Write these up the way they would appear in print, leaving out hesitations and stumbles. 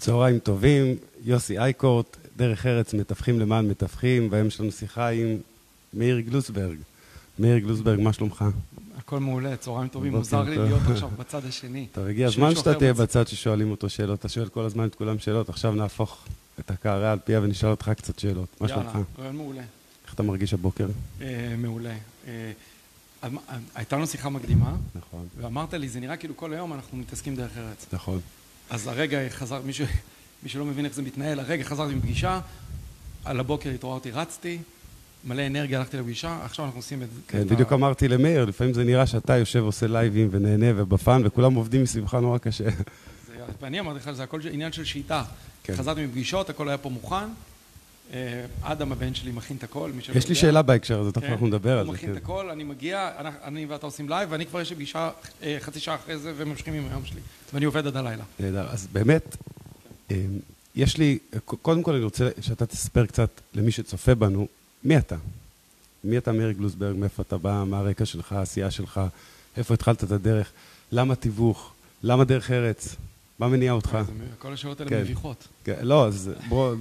צהריים טובים, יוסי אייקורט, דרך ארץ מתווכים למען מתווכים, והיום יש לנו שיחה עם מאיר גלוסברג. מאיר גלוסברג, מה שלומך? הכל מעולה, צהריים טובים, מוזר לי להיות עכשיו בצד השני. טוב, הגיע הזמן שאתה תהיה בצד ששואלים אותו שאלות, אתה שואל כל הזמן את כולם שאלות, עכשיו נהפוך את הקערה על פיה ונשאל אותך קצת שאלות. מה שלומך? יאללה, רעיון מעולה. איך אתה מרגיש הבוקר? מעולה. הייתה לנו שיחה מקדימה, נכון. ואמרת לי, זה נראה כאילו כל היום אנחנו מתעסקים דרך ארץ. נכון. אז הרגע חזר, מי שלא מבין איך זה מתנהל, הרגע חזרתי מפגישה, על הבוקר התעוררתי, רצתי, מלא אנרגיה, הלכתי לפגישה, עכשיו אנחנו עושים את זה. כן, בדיוק אמרתי למאיר, לפעמים זה נראה שאתה יושב, עושה לייבים ונהנה ובפן, וכולם עובדים מסביבך נורא קשה. ואני אמרתי לך, זה הכל עניין של שיטה. כן. חזרתי מפגישות, הכל היה פה מוכן. אדם הבן שלי מכין את הכל. יש לי שאלה בהקשר הזה, תכף אנחנו נדבר על זה. הוא מכין את הכל, אני מגיע, אני ואתה עושים לייב, ואני כבר יש לי פגישה חצי שעה אחרי זה, וממשיכים עם היום שלי. ואני עובד עד הלילה. נהדר, אז באמת, יש לי, קודם כל אני רוצה שאתה תספר קצת למי שצופה בנו, מי אתה? מי אתה מאיר גלוסברג, מאיפה אתה בא, מה הרקע שלך, העשייה שלך, איפה התחלת את הדרך, למה תיווך, למה דרך ארץ, מה מניע אותך? כל השאלות האלה מביכות. לא, אז בוא...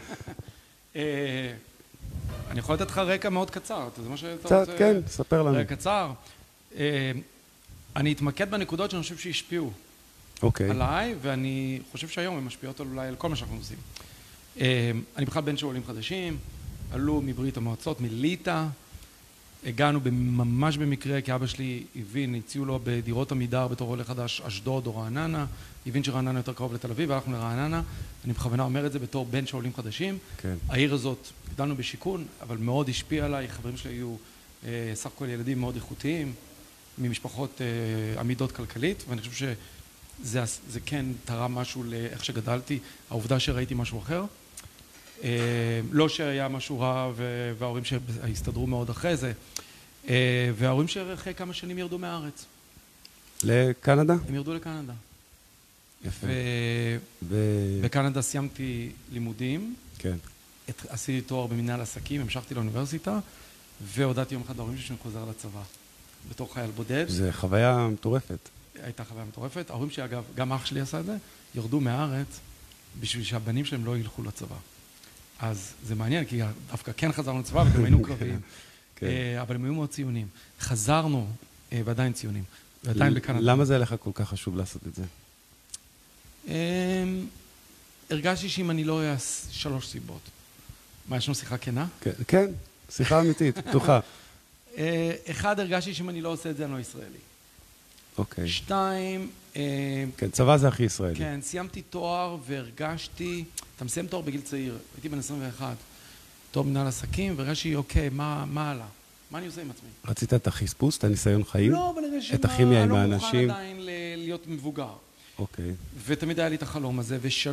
אני יכול לתת לך רקע מאוד קצר, זה מה שאתה רוצה... קצת, כן, ספר לנו. רקע קצר. אני אתמקד בנקודות שאני חושב שהשפיעו עליי, ואני חושב שהיום הן משפיעות אולי על כל מה שאנחנו עושים. אני בכלל בן של עולים חדשים, עלו מברית המועצות, מליטא, הגענו ממש במקרה, כי אבא שלי הבין, הציעו לו בדירות עמידר בתור עולה חדש, אשדוד או רעננה, הבין שרעננה יותר קרוב לתל אביב, והלכנו לרעננה, אני בכוונה אומר את זה בתור בן של עולים חדשים. כן. העיר הזאת, גדלנו בשיכון, אבל מאוד השפיע עליי, חברים שלי היו סך הכל ילדים מאוד איכותיים, ממשפחות עמידות כלכלית, ואני חושב שזה כן תרם משהו לאיך שגדלתי, העובדה שראיתי משהו אחר. לא שהיה משהו רע וההורים שהסתדרו מאוד אחרי זה, וההורים שאחרי כמה שנים ירדו מהארץ. לקנדה? הם ירדו לקנדה. יפה. בקנדה סיימתי לימודים, כן. עשיתי תואר במנהל עסקים, המשכתי לאוניברסיטה, והודעתי יום אחד להורים שאני חוזר לצבא, בתור חייל בודד. זה חוויה מטורפת. הייתה חוויה מטורפת. ההורים שלי, אגב, גם אח שלי עשה את זה, ירדו מהארץ בשביל שהבנים שלהם לא ילכו לצבא. אז זה מעניין, כי דווקא כן חזרנו לצבא וגם היינו קרביים. אבל הם היו מאוד ציונים. חזרנו, ועדיין ציונים. ועדיין בקנדה. למה זה לך כל כך חשוב לעשות את זה? הרגשתי שאם אני לא אהיה 3 סיבות. מה, יש לנו שיחה כנה? כן, שיחה אמיתית, פתוחה. 1, הרגשתי שאם אני לא עושה את זה, אני לא ישראלי. אוקיי. 2, כן, צבא זה הכי ישראלי. כן, סיימתי תואר והרגשתי, אתה מסיים תואר בגיל צעיר, הייתי בן 21, תואר מנהל עסקים, והרגשתי, אוקיי, מה הלאה? מה אני עושה עם עצמי? רצית את החיספוס, את הניסיון חיים? לא, אבל הרגשתי את הכימיה עם האנשים? אני לא מוכן עדיין להיות מבוגר. אוקיי. ותמיד היה לי את החלום הזה. ו3,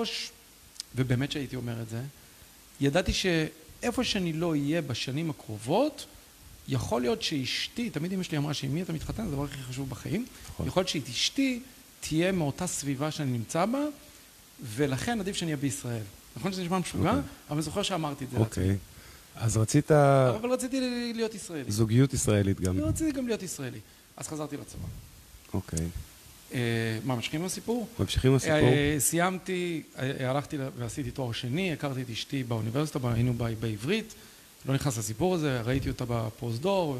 ובאמת שהייתי אומר את זה, ידעתי שאיפה שאני לא אהיה בשנים הקרובות, יכול להיות שאשתי, תמיד אמא שלי אמרה שעם מי אתה מתחתן, זה הדבר הכי חשוב בחיים, יכול להיות שאשתי תהיה מאותה סביבה שאני נמצא בה, ולכן עדיף שאני אהיה בישראל. נכון שזה נשמע משוגע, אבל אני זוכר שאמרתי את זה לעצמי. אוקיי. אז רצית... אבל רציתי להיות ישראלי. זוגיות ישראלית גם. רציתי גם להיות ישראלי. אז חזרתי לצבא. אוקיי. מה, ממשיכים עם הסיפור? ממשיכים עם הסיפור. סיימתי, הלכתי ועשיתי תואר שני, הכרתי את אשתי באוניברסיטה, היינו בעברית, לא נכנס לסיפור הזה, ראיתי אותה בפוסט-דור,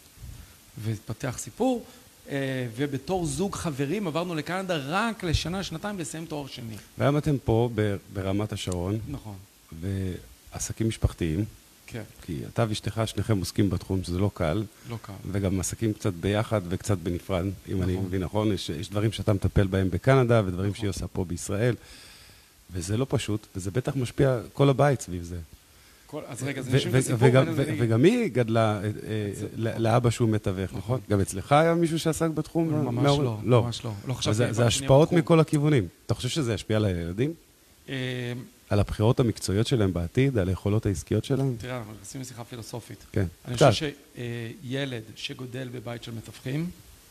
והתפתח סיפור, ובתור זוג חברים עברנו לקנדה רק לשנה, שנתיים לסיים תואר שני. והיום אתם פה ברמת השרון. נכון. ועסקים משפחתיים. כן. כי אתה ואשתך שניכם עוסקים בתחום, שזה לא קל. לא קל. וגם עסקים קצת ביחד וקצת בנפרד, אם אני מבין נכון. יש דברים שאתה מטפל בהם בקנדה, ודברים שהיא עושה פה בישראל. וזה לא פשוט, וזה בטח משפיע כל הבית סביב זה. אז רגע, זה נשאיר את הסיפור. וגם היא גדלה לאבא שהוא מתווך, נכון? גם אצלך היה מישהו שעסק בתחום? ממש לא, ממש לא. זה השפעות מכל הכיוונים. אתה חושב שזה ישפיע על הילדים? על הבחירות המקצועיות שלהם בעתיד, על היכולות העסקיות שלהם? תראה, אנחנו נכנסים לשיחה פילוסופית. כן. אני חושב שילד שגודל בבית של מתווכים,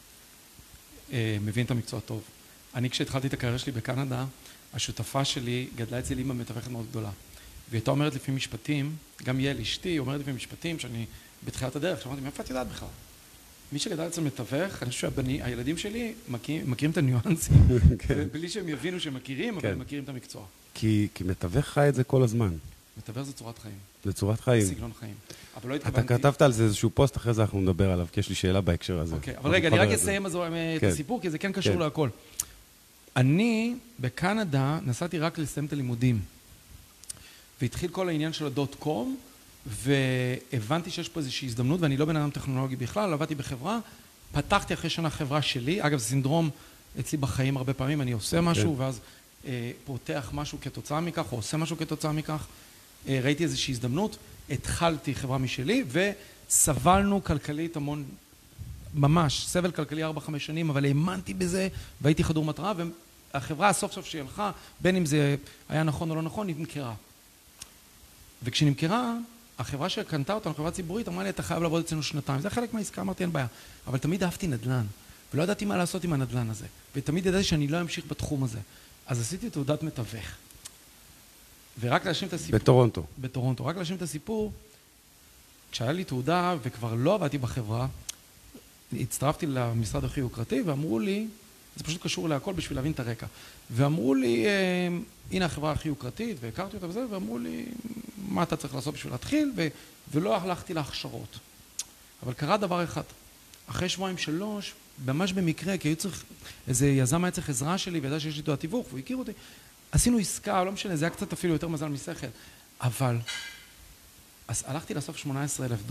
מבין את המקצוע טוב. אני כשהתחלתי את הקריירה שלי בקנדה, השותפה שלי גדלה אצל אמא מתווכת מאוד גדולה. והיא הייתה אומרת לפי משפטים, גם יעל אשתי, אומרת לפי משפטים שאני בתחילת הדרך, שאמרתי, מאיפה את יודעת בכלל? מי שגדל אצל מתווך, אני חושב שהילדים שלי מכירים את הניואנסים, בלי שהם יבינו שהם מכירים, אבל הם מכירים את המקצוע. כי מתווך חי את זה כל הזמן. מתווך זה צורת חיים. זה צורת חיים. סגנון חיים. אבל לא התכוונתי... אתה כתבת על זה איזשהו פוסט, אחרי זה אנחנו נדבר עליו, כי יש לי שאלה בהקשר הזה. אוקיי, אבל רגע, אני רק אסיים את הסיפור, כי זה כן קשור להכל. אני בקנדה נסעתי רק לסיים את הלימודים, והתחיל כל העניין של הדוט-קום, והבנתי שיש פה איזושהי הזדמנות, ואני לא בן אדם טכנולוגי בכלל, עבדתי בחברה, פתחתי אחרי שנה חברה שלי, אגב, זה סינדרום אצלי בחיים הרבה פעמים, אני עושה משהו, ואז פותח משהו כתוצאה מכך, או עושה משהו כתוצאה מכך, ראיתי איזושהי הזדמנות, התחלתי חברה משלי, וסבלנו כלכלית המון, ממש, סבל כלכלי 4-5 שנים, אבל האמנתי בזה, והייתי חדור מטרה, והחברה הסוף סוף שהלכה, בין אם זה היה נכון או לא נכון, נמכרה. וכשנמכרה, החברה שקנתה אותנו, חברה ציבורית, אמרה לי, אתה חייב לעבוד אצלנו 2 זה חלק מהעסקה, אמרתי, אין בעיה. אבל תמיד אהבתי נדל"ן, ולא ידעתי מה לעשות עם הנדל"ן הזה. ותמיד ידעתי שאני לא אמשיך בתחום הזה. אז עשיתי תעודת מתווך. ורק להשלים את הסיפור... בטורונטו. רק להשלים את הסיפור, כשהיה לי תעודה וכבר לא עבדתי בחברה, הצטרפתי למשרד הכי יוקרתי, ואמרו לי, זה פשוט קשור להכל בשביל להבין את הרקע. ואמרו לי, הנה החברה הכי יוקרתית, והכרתי אותה וזה, ואמרו לי, מה אתה צריך לעשות בשביל להתחיל, ולא הלכתי להכשרות. אבל קרה דבר אחד. אחרי 2-3, ממש במקרה, כי איזה יזם היה צריך עזרה שלי, וידע שיש לי תעודת תיווך, והוא הכיר אותי, עשינו עסקה, לא משנה, זה היה קצת אפילו יותר מזל משכל, אבל, אז הלכתי לאסוף $18,000.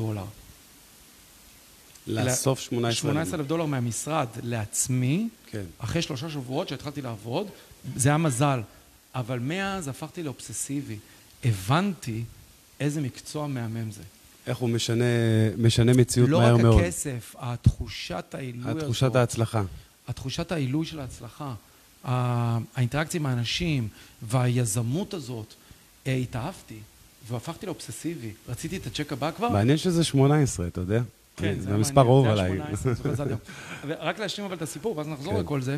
לאסוף $18,000 מהמשרד לעצמי, כן. אחרי 3 שבועות שהתחלתי לעבוד, זה היה מזל, אבל מאז הפכתי לאובססיבי, הבנתי איזה מקצוע מהמם זה. איך הוא משנה מציאות מהר מאוד. לא רק הכסף, התחושת העילוי הזאת. התחושת ההצלחה. התחושת העילוי של ההצלחה. האינטראקציה עם האנשים והיזמות הזאת, התאהבתי והפכתי לאובססיבי. רציתי את הצ'ק הבא כבר. מעניין שזה 18, אתה יודע? כן, זה מספר רוב עליי. רק להשלים אבל את הסיפור, ואז נחזור לכל זה.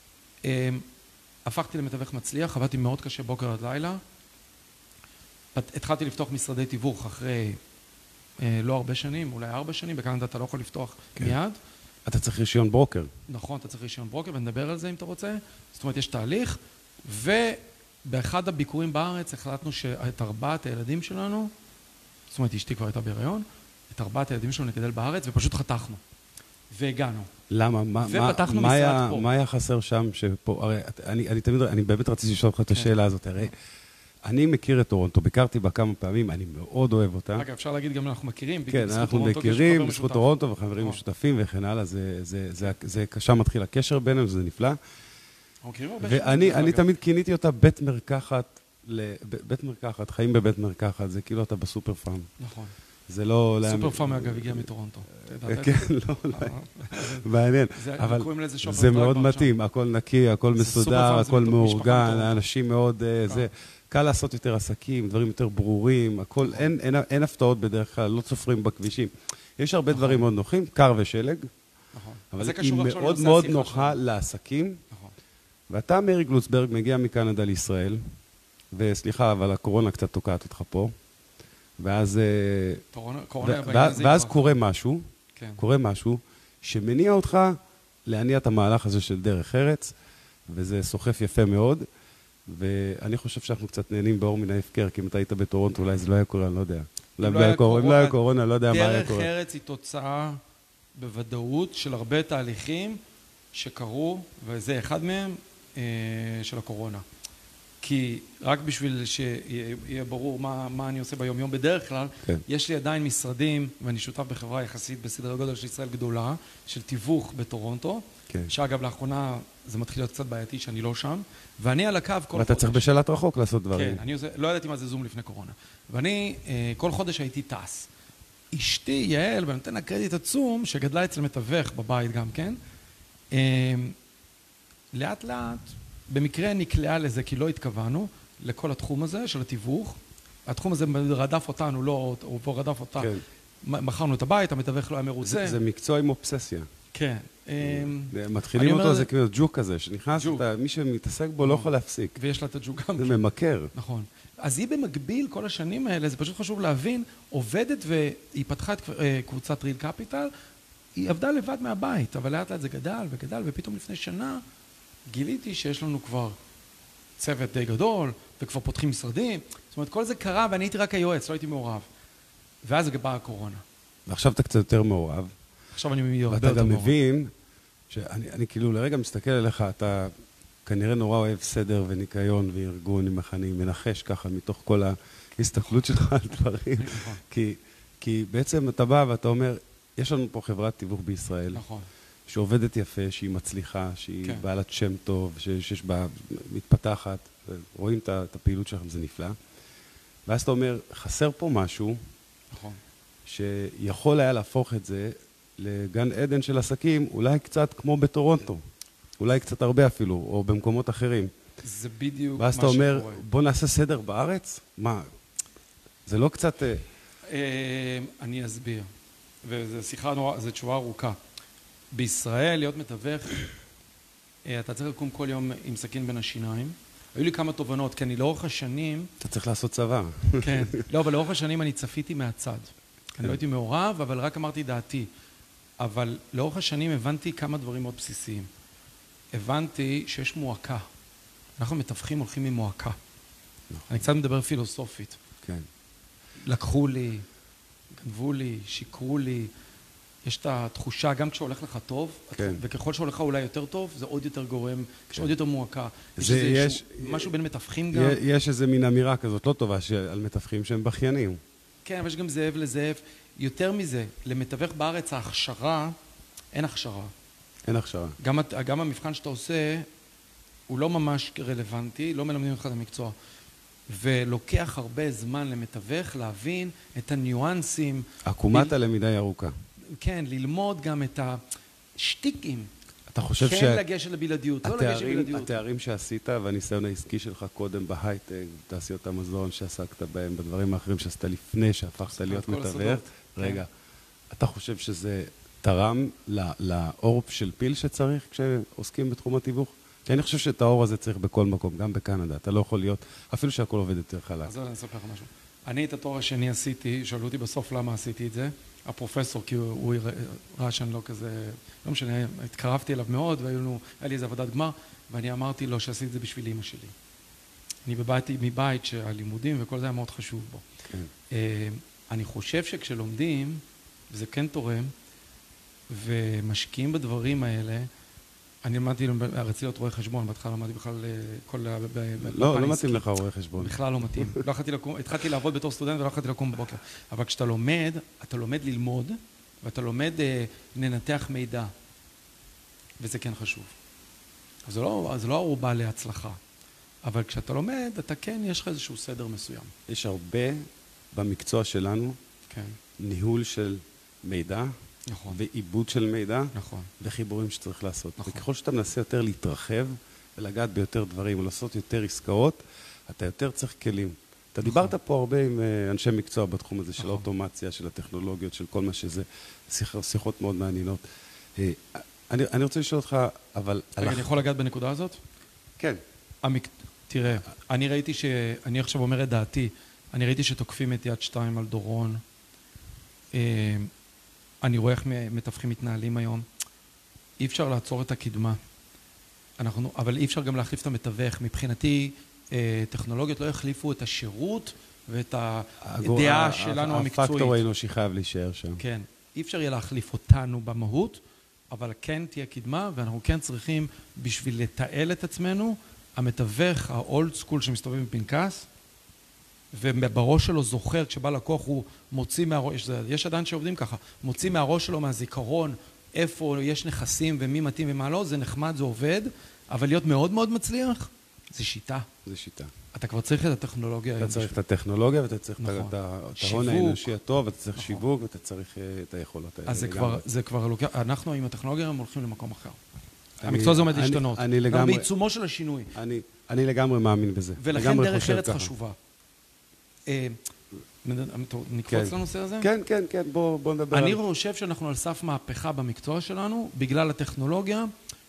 הפכתי למתווך מצליח, עבדתי מאוד קשה בוקר עד לילה. התחלתי לפתוח משרדי תיווך אחרי לא הרבה שנים, אולי 4 שנים, בקנדה אתה לא יכול לפתוח מיד. אתה צריך רישיון ברוקר. נכון, אתה צריך רישיון ברוקר, ונדבר על זה אם אתה רוצה. זאת אומרת, יש תהליך, ובאחד הביקורים בארץ החלטנו שאת 4 הילדים שלנו, זאת אומרת, אשתי כבר הייתה בהיריון, את 4 הילדים שלנו נגדל בארץ, ופשוט חתכנו. והגענו. למה? ופתחנו משרד פה. מה היה חסר שם שפה? הרי, אני באמת רציתי לשאול אותך את השאלה הזאת, הרי, אני מכיר את טורונטו, ביקרתי בה כמה פעמים, אני מאוד אוהב אותה. אגב, אפשר להגיד גם אנחנו מכירים. כן, אנחנו מכירים בזכות טורונטו וחברים משותפים וכן הלאה, זה שם מתחיל הקשר בינינו, זה נפלא. ואני תמיד כיניתי אותה בית מרקחת, חיים בבית מרקחת, זה כאילו אתה בסופר פארם. נכון. זה לא... סופר פארם אגב הגיע מטורונטו. כן, לא, מעניין. אבל זה מאוד מתאים, הכל נקי, הכל מסודר, הכל מאורגן, האנשים מאוד... קל לעשות יותר עסקים, דברים יותר ברורים, הכל, אין הפתעות בדרך כלל, לא צופרים בכבישים. יש הרבה דברים מאוד נוחים, קר ושלג, אבל היא מאוד מאוד נוחה לעסקים. ואתה, מאיר גלוצברג, מגיע מקנדה לישראל, וסליחה, אבל הקורונה קצת תוקעת אותך פה, ואז קורה משהו שמניע אותך להניע את המהלך הזה של דרך ארץ, וזה סוחף יפה מאוד. ואני חושב שאנחנו קצת נהנים באור מן ההפקר, כי אם אתה היית בטורונטו, אולי זה לא היה קורה, אני לא יודע. אם לא היה קורונה, אני לא יודע מה היה קורה. דרך ארץ היא תוצאה בוודאות של הרבה תהליכים שקרו, וזה אחד מהם, של הקורונה. כי רק בשביל שיהיה ברור מה אני עושה ביום יום, בדרך כלל, יש לי עדיין משרדים, ואני שותף בחברה יחסית בסדר גודל של ישראל גדולה, של תיווך בטורונטו, שאגב לאחרונה זה מתחיל להיות קצת בעייתי שאני לא שם, ואני על הקו כל חודש. ואתה צריך בשלט רחוק לעשות דברים. כן, אני לא ידעתי מה זה זום לפני קורונה. ואני כל חודש הייתי טס. אשתי, יעל, ואני נותן לה קרדיט עצום, שגדלה אצל מתווך בבית גם כן, לאט לאט, במקרה נקלעה לזה, כי לא התכוונו, לכל התחום הזה של התיווך. התחום הזה רדף אותנו, לא, הוא רדף אותה. מכרנו את הבית, המתווך לא היה מרוצה. זה מקצוע עם אובססיה. כן. מתחילים אותו, זה כאילו ג'וק כזה, שנכנס, מי שמתעסק בו לא יכול להפסיק. ויש לה את הג'וק גם. זה ממכר. נכון. אז היא במקביל, כל השנים האלה, זה פשוט חשוב להבין, עובדת והיא פתחה את קבוצת ריל קפיטל, היא עבדה לבד מהבית, אבל לאט לאט זה גדל וגדל, ופתאום לפני שנה גיליתי שיש לנו כבר צוות די גדול, וכבר פותחים משרדים. זאת אומרת, כל זה קרה, ואני הייתי רק היועץ, לא הייתי מעורב. ואז באה הקורונה. ועכשיו אתה קצת יותר מעורב. עכשיו אני הרבה יותר מעורב. ואתה גם מבין, שאני כאילו לרגע מסתכל עליך, אתה כנראה נורא אוהב סדר וניקיון וארגון, אם אני מנחש ככה, מתוך כל ההסתכלות שלך על דברים. כי בעצם אתה בא ואתה אומר, יש לנו פה חברת תיווך בישראל. נכון. שעובדת יפה, שהיא מצליחה, שהיא בעלת שם טוב, שיש בה מתפתחת, רואים את הפעילות שלכם, זה נפלא. ואז אתה אומר, חסר פה משהו, נכון. שיכול היה להפוך את זה לגן עדן של עסקים, אולי קצת כמו בטורונטו, אולי קצת הרבה אפילו, או במקומות אחרים. זה בדיוק ואז אתה אומר, בוא נעשה סדר בארץ? מה? זה לא קצת... אני אסביר. וזו שיחה נורא, זו תשובה ארוכה. בישראל, להיות מתווך, אתה צריך לקום כל יום עם סכין בין השיניים. היו לי כמה תובנות, כי אני לאורך השנים... אתה צריך לעשות צבא. כן. לא, אבל לאורך השנים אני צפיתי מהצד. אני לא הייתי מעורב, אבל רק אמרתי דעתי. אבל לאורך השנים הבנתי כמה דברים מאוד בסיסיים. הבנתי שיש מועקה. אנחנו מתווכים הולכים ממועקה. אני קצת מדבר פילוסופית. כן. לקחו לי, גנבו לי, שיקרו לי. יש את התחושה, גם כשהולך לך טוב, כן. וככל שהולך אולי יותר טוב, זה עוד יותר גורם, כן. יש עוד יותר מועקה. יש משהו בין מתווכים גם. יש איזו מין אמירה כזאת לא טובה על מתווכים שהם בכיינים. כן, אבל יש גם זאב לזאב. יותר מזה, למתווך בארץ ההכשרה, אין הכשרה. אין הכשרה. גם המבחן שאתה עושה, הוא לא ממש רלוונטי, לא מלמדים אותך את המקצוע. ולוקח הרבה זמן למתווך להבין את הניואנסים. עקומת הלמידה היא ארוכה. כן, ללמוד גם את השטיקים. אתה חושב כן לגשת לבלעדיות, לא לגשת לבלעדיות. התארים שעשית והניסיון העסקי שלך קודם בהייטק, תעשיות המזון שעסקת בהם, בדברים האחרים שעשית לפני שהפכת להיות מתווך. רגע, אתה חושב שזה תרם לאור של פיל שצריך כשעוסקים בתחום התיווך? כי אני חושב שאת האור הזה צריך בכל מקום, גם בקנדה. אתה לא יכול להיות, אפילו שהכל עובד יותר חלק. אז אני אספר לך משהו. אני את התואר השני עשיתי, שאלו אותי בסוף למה עשיתי את זה. הפרופסור, כי הוא ראה שאני לא כזה, לא משנה, התקרבתי אליו מאוד, והיה לי איזו עבודת גמר, ואני אמרתי לו שעשיתי את זה בשביל אמא שלי. אני באתי מבית שהלימודים וכל זה היה מאוד חשוב בו. כן. אני חושב שכשלומדים, וזה כן תורם, ומשקיעים בדברים האלה, אני רציתי להיות רואה חשבון, בהתחלה למדתי בכלל כל... לא מתאים לך רואה חשבון. בכלל לא מתאים. התחלתי לעבוד בתור סטודנט ולא יכולתי לקום בבוקר. אבל כשאתה לומד, אתה לומד ללמוד, ואתה לומד לנתח מידע. וזה כן חשוב. אז זה לא ערובה להצלחה. אבל כשאתה לומד, אתה כן, יש לך איזשהו סדר מסוים. יש הרבה במקצוע שלנו, ניהול של מידע, נכון. ועיבוד של מידע, נכון. וחיבורים שצריך לעשות. נכון. וככל שאתה מנסה יותר להתרחב, ולגעת ביותר דברים, ולעשות יותר עסקאות, אתה יותר צריך כלים. אתה דיברת פה הרבה עם אנשי מקצוע בתחום הזה, של האוטומציה, של הטכנולוגיות, של כל מה שזה, שיחות מאוד מעניינות. אני רוצה לשאול אותך, אבל... אני יכול לגעת בנקודה הזאת? כן. תראה, אני עכשיו אומר את דעתי, אני ראיתי שתוקפים את יד 2 על דורון, אני רואה איך מתווכים מתנהלים היום. אי אפשר לעצור את הקדמה. אבל אי אפשר גם להחליף את המתווך. מבחינתי, טכנולוגיות לא יחליפו את השירות ואת הדעה שלנו המקצועית. הפקטור האנושי חייב להישאר שם. כן. אי אפשר יהיה להחליף אותנו במהות, אבל כן תהיה קדמה, ואנחנו כן צריכים, בשביל לתעל את עצמנו, המתווך, האולד סקול שמסתובב בפנקס, ובראש שלו זוכר, כשבא לקוח הוא מוציא מהראש, יש עדיין שעובדים ככה, מוציא מהראש שלו מהזיכרון, איפה יש נכסים ומי מתאים ומה לא, זה נחמד, זה עובד, אבל להיות מאוד מאוד מצליח, זה שיטה. זה שיטה. אתה כבר צריך את הטכנולוגיה. אתה צריך את הטכנולוגיה, ואתה צריך את ההון האנושי הטוב, ואתה צריך שיווק, ואתה צריך את היכולות האלה. אז זה כבר לוקח, אנחנו עם הטכנולוגיה הם הולכים למקום אחר. המקצוע הזה עומד להשתנות. גם בעיצומו של השינוי. אני לגמרי מאמין בזה. ולכן דרך ארץ חשובה. נקפוץ לנושא הזה? כן, כן, כן, בוא נדבר. אני חושב שאנחנו על סף מהפכה במקצוע שלנו, בגלל הטכנולוגיה,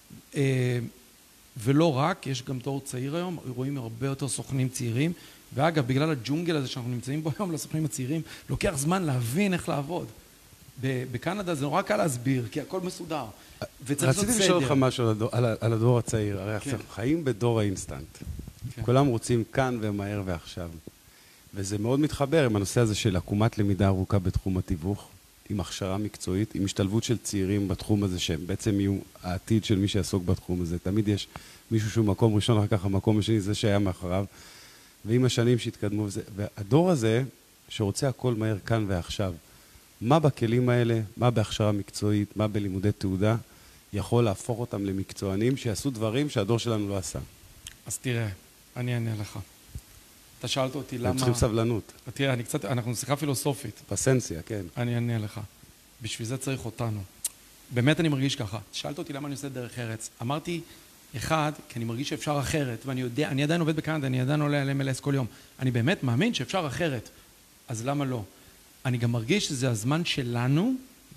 ולא רק, יש גם דור צעיר היום, רואים הרבה יותר סוכנים צעירים, ואגב, בגלל הג'ונגל הזה שאנחנו נמצאים בו היום לסוכנים הצעירים, לוקח זמן להבין איך לעבוד. בקנדה זה נורא קל להסביר, כי הכל מסודר. רציתי לשאול אותך משהו על הדור הצעיר. הרי אנחנו חיים בדור האינסטנט. כולם רוצים כאן ומהר ועכשיו. וזה מאוד מתחבר עם הנושא הזה של עקומת למידה ארוכה בתחום התיווך, עם הכשרה מקצועית, עם השתלבות של צעירים בתחום הזה, שהם בעצם יהיו העתיד של מי שיעסוק בתחום הזה. תמיד יש מישהו שהוא מקום ראשון, אחר כך המקום השני, זה שהיה מאחריו. ועם השנים שהתקדמו, והדור הזה, שרוצה הכל מהר כאן ועכשיו, מה בכלים האלה, מה בהכשרה מקצועית, מה בלימודי תעודה, יכול להפוך אותם למקצוענים שיעשו דברים שהדור שלנו לא עשה. אז תראה, אני אענה לך. אתה שאלת אותי למה... הם צריכים סבלנות. תראה, אנחנו שיחה פילוסופית. פסנסיה, כן. אני אענה לך. בשביל זה צריך אותנו. באמת אני מרגיש ככה. שאלת אותי למה אני עושה דרך ארץ. אמרתי, אחד, כי אני מרגיש שאפשר אחרת, ואני יודע, אני עדיין עובד בקנדה, אני עדיין עולה על MLS כל יום. אני באמת מאמין שאפשר אחרת. אז למה לא? אני גם מרגיש שזה הזמן שלנו,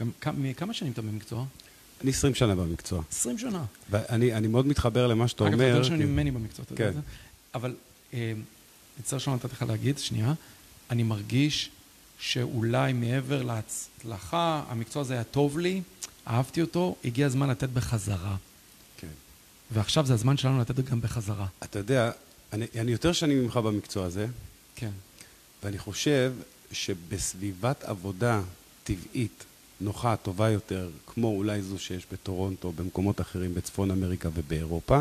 כמה שנים אתה במקצוע? אני 20 שנה במקצוע. 20 שנה. ואני מאוד מתחבר למה שאתה אומר. אגב, יותר שנים ממני במקצוע, אתה יודע את זה? אבל, נצטרך שלא נתתי לך להגיד, שנייה, אני מרגיש שאולי מעבר להצלחה, המקצוע הזה היה טוב לי, אהבתי אותו, הגיע הזמן לתת בחזרה. כן. ועכשיו זה הזמן שלנו לתת גם בחזרה. אתה יודע, אני יותר שנים ממך במקצוע הזה. כן. ואני חושב שבסביבת עבודה טבעית, נוחה, טובה יותר, כמו אולי זו שיש בטורונטו, במקומות אחרים, בצפון אמריקה ובאירופה,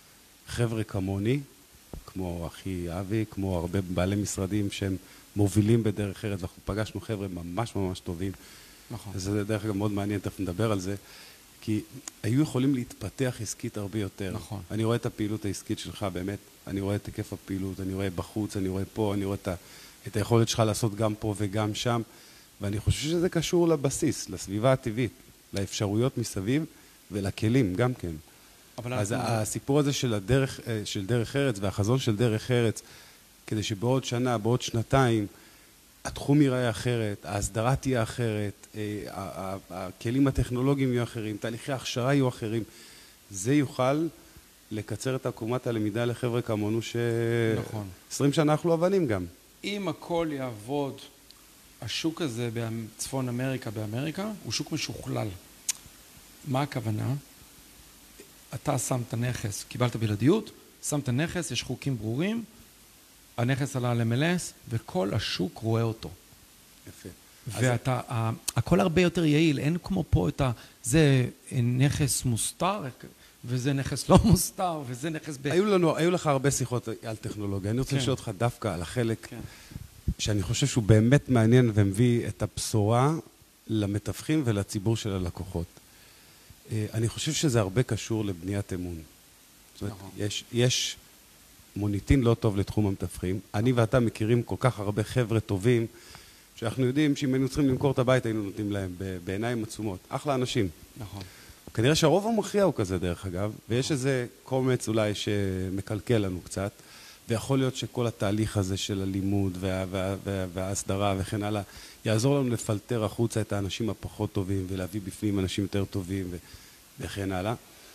חבר'ה כמוני, כמו אחי אבי, כמו הרבה בעלי משרדים שהם מובילים בדרך ארץ, ואנחנו פגשנו חבר'ה ממש ממש טובים. נכון. זה דרך אגב מאוד מעניין, תכף נדבר על זה, כי היו יכולים להתפתח עסקית הרבה יותר. נכון. אני רואה את הפעילות העסקית שלך, באמת, אני רואה את היקף הפעילות, אני רואה בחוץ, אני רואה פה, אני רואה את היכולת שלך לעשות גם פה וגם שם, ואני חושב שזה קשור לבסיס, לסביבה הטבעית, לאפשרויות מסביב ולכלים גם כן. אז הסיפור הזה של דרך ארץ והחזון של דרך ארץ, כדי שבעוד שנה, בעוד שנתיים, התחום ייראה אחרת, ההסדרה תהיה אחרת, הכלים הטכנולוגיים יהיו אחרים, תהליכי ההכשרה יהיו אחרים, זה יוכל לקצר את עקומת הלמידה לחבר'ה כמונו נכון. 20 שנה אנחנו אבנים גם. אם הכל יעבוד, השוק הזה בצפון אמריקה, באמריקה, הוא שוק משוכלל. מה הכוונה? אתה שמת נכס, קיבלת בלעדיות, שמת נכס, יש חוקים ברורים, הנכס עלה על MLS, וכל השוק רואה אותו. יפה. ואתה, הכל הרבה יותר יעיל, אין כמו פה את זה נכס מוסתר, וזה נכס לא מוסתר, וזה נכס היו לך הרבה שיחות על טכנולוגיה. אני רוצה לשאול אותך דווקא על החלק שאני חושב שהוא באמת מעניין ומביא את הבשורה למתווכים ולציבור של הלקוחות. אני חושב שזה הרבה קשור לבניית אמון. זאת אומרת, יש מוניטין לא טוב לתחום המתווכים. אני ואתה מכירים כל כך הרבה חבר'ה טובים, שאנחנו יודעים שאם היינו צריכים למכור את הבית, היינו נותנים להם בעיניים עצומות. אחלה אנשים. נכון. כנראה שהרוב המכריע הוא כזה דרך אגב, ויש איזה קומץ אולי שמקלקל לנו קצת, ויכול להיות שכל התהליך הזה של הלימוד וההסדרה וכן הלאה, יעזור לנו לפלטר החוצה את האנשים הפחות טובים, ולהביא בפנים אנשים יותר טובים וכן הלאה.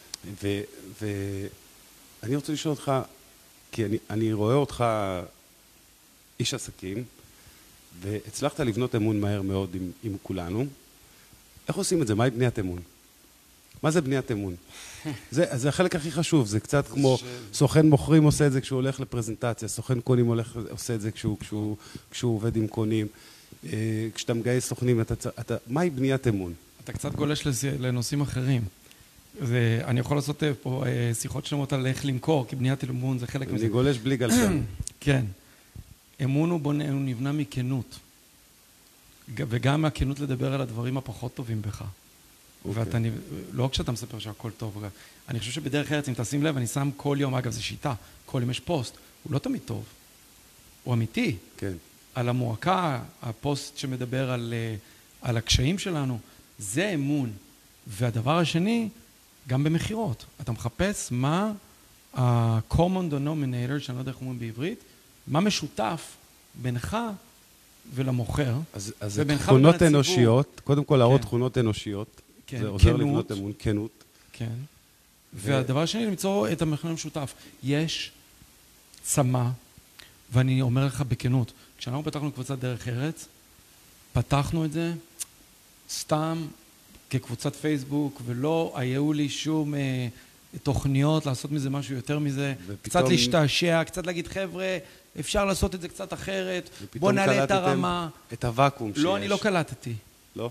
ואני רוצה לשאול אותך, כי אני רואה אותך איש עסקים, והצלחת לבנות אמון מהר מאוד עם כולנו. איך עושים את זה? מהי בניית אמון? מה זה בניית אמון? זה החלק הכי חשוב, זה קצת כמו סוכן מוכרים עושה את זה כשהוא הולך לפרזנטציה, סוכן קונים עושה את זה כשהוא עובד עם קונים, כשאתה מגייס סוכנים, מהי בניית אמון? אתה קצת גולש לנושאים אחרים. אני יכול לעשות פה שיחות שלמות על איך למכור, כי בניית אמון זה חלק מזה. אני גולש בלי גלשן. כן. אמון הוא נבנה מכנות. וגם הכנות לדבר על הדברים הפחות טובים בך. לא כשאתה מספר שהכל טוב, אני חושב שבדרך ארץ, אם תשים לב, אני שם כל יום, אגב, זו שיטה, כל יום יש פוסט, הוא לא תמיד טוב, הוא אמיתי. כן. על המועקה, הפוסט שמדבר על הקשיים שלנו, זה אמון. והדבר השני, גם במחירות. אתה מחפש מה ה-common denominator, שאני לא יודע איך אומרים בעברית, מה משותף בינך ולמוכר, אז תכונות אנושיות, קודם כל להראות תכונות אנושיות, זה עוזר לבנות אמון, כנות. כן. והדבר השני, למצוא את המכנה המשותף. יש צמא, ואני אומר לך בכנות, כשאנחנו פתחנו קבוצת דרך ארץ, פתחנו את זה סתם כקבוצת פייסבוק, ולא היו לי שום תוכניות לעשות מזה משהו יותר מזה, קצת להשתעשע, קצת להגיד חבר'ה, אפשר לעשות את זה קצת אחרת, בוא נעלה את הרמה. את הוואקום שיש. לא, אני לא קלטתי. לא?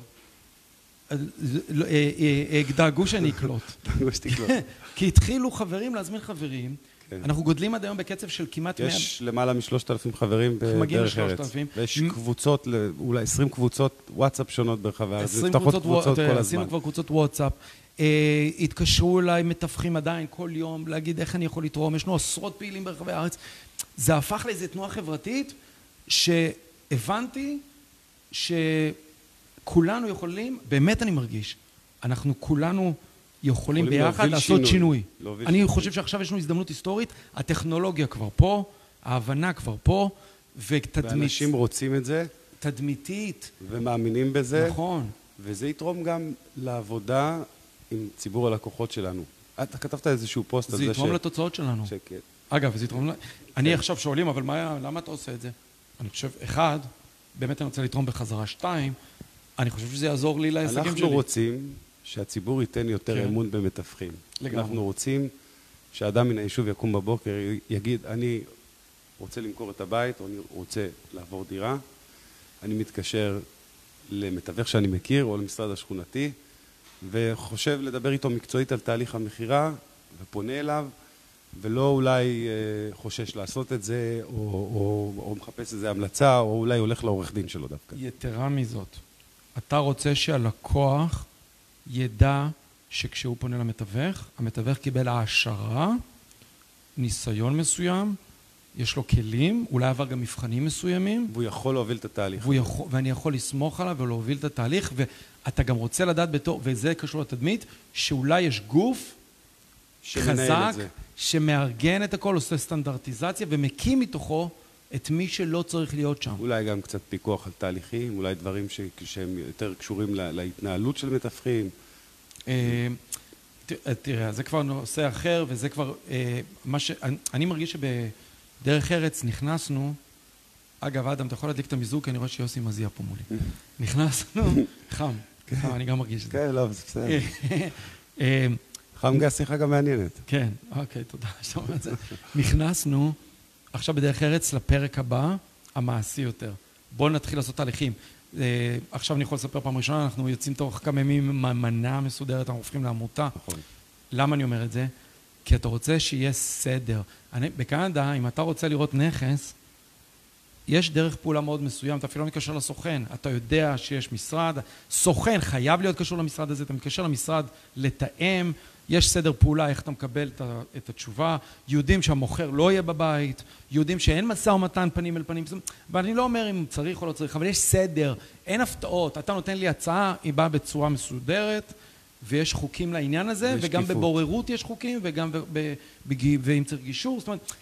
דאגו שאני אקלוט. דאגו שתקלוט. כי התחילו חברים להזמין חברים, אנחנו גודלים עד היום בקצב של כמעט 100... יש למעלה מ-3,000 חברים בדרך ארץ. ויש קבוצות, אולי 20 קבוצות וואטסאפ שונות ברחבי הארץ. 20 קבוצות, עשינו כבר קבוצות וואטסאפ. התקשרו אליי מתווכים עדיין כל יום, להגיד איך אני יכול לתרום, ישנו עשרות פעילים ברחבי הארץ. זה הפך לאיזו תנועה חברתית שהבנתי שכולנו יכולים, באמת אני מרגיש, אנחנו כולנו יכולים ביחד לעשות שינוי. אני חושב שעכשיו יש לנו הזדמנות היסטורית, הטכנולוגיה כבר פה, ההבנה כבר פה, ואנשים רוצים את זה. תדמיתית. ומאמינים בזה. נכון. וזה יתרום גם לעבודה עם ציבור הלקוחות שלנו. אתה כתבת איזשהו פוסט על זה זה יתרום לתוצאות שלנו. אגב, זה יתרום... אני עכשיו שואלים, אבל למה אתה עושה את זה? אני חושב, אחד, באמת אני רוצה לתרום בחזרה, שתיים, אני חושב שזה יעזור לי להישגים שלי. אנחנו רוצים שהציבור ייתן יותר אמון במתווכים. אנחנו רוצים שאדם מן היישוב יקום בבוקר, יגיד, אני רוצה למכור את הבית, או אני רוצה לעבור דירה, אני מתקשר למתווך שאני מכיר, או למשרד השכונתי, וחושב לדבר איתו מקצועית על תהליך המחירה, ופונה אליו, ולא אולי חושש לעשות את זה, או מחפש איזו המלצה, או אולי הולך לעורך דין שלו דווקא. יתרה מזאת, אתה רוצה שהלקוח ידע שכשהוא פונה למתווך, המתווך קיבל העשרה, ניסיון מסוים, יש לו כלים, אולי עבר גם מבחנים מסוימים. והוא יכול להוביל את התהליך. ואני יכול לסמוך עליו ולהוביל את התהליך, ואתה גם רוצה לדעת בתור, וזה קשור לתדמית, שאולי יש גוף חזק, שמארגן את הכל, עושה סטנדרטיזציה, ומקים מתוכו את מי שלא צריך להיות שם. אולי גם קצת פיקוח על תהליכים, אולי דברים שהם יותר קשורים להתנהלות של מתווכים. תראה, זה כבר נושא אחר, וזה כבר מה אני מרגיש שבדרך ארץ נכנסנו, אגב, אדם, אתה יכול להדליק את המיזוג, כי אני רואה שיוסי מזיע פה מולי. נכנסנו, חם, אני גם מרגיש את זה. כן, לא, זה בסדר. חם גס שיחה גם מעניינת. כן, אוקיי, תודה. נכנסנו, עכשיו בדרך ארץ לפרק הבא, המעשי יותר. בואו נתחיל לעשות תהליכים. עכשיו אני יכול לספר פעם ראשונה, אנחנו יוצאים תוך כמה ימים מנה מסודרת, אנחנו הופכים לעמותה. נכון. למה אני אומר את זה? כי אתה רוצה שיהיה סדר. בקנדה, אם אתה רוצה לראות נכס, יש דרך פעולה מאוד מסוים, אתה אפילו לא מתקשר לסוכן, אתה יודע שיש משרד, סוכן חייב להיות קשור למשרד הזה, אתה מתקשר למשרד לתאם, יש סדר פעולה, איך אתה מקבל את התשובה, יודעים שהמוכר לא יהיה בבית, יודעים שאין משא ומתן פנים אל פנים, ואני לא אומר אם צריך או לא צריך, אבל יש סדר, אין הפתעות, אתה נותן לי הצעה, היא באה בצורה מסודרת, ויש חוקים לעניין הזה, וגם בבוררות יש חוקים, וגם ואם צריך גישור, זאת אומרת,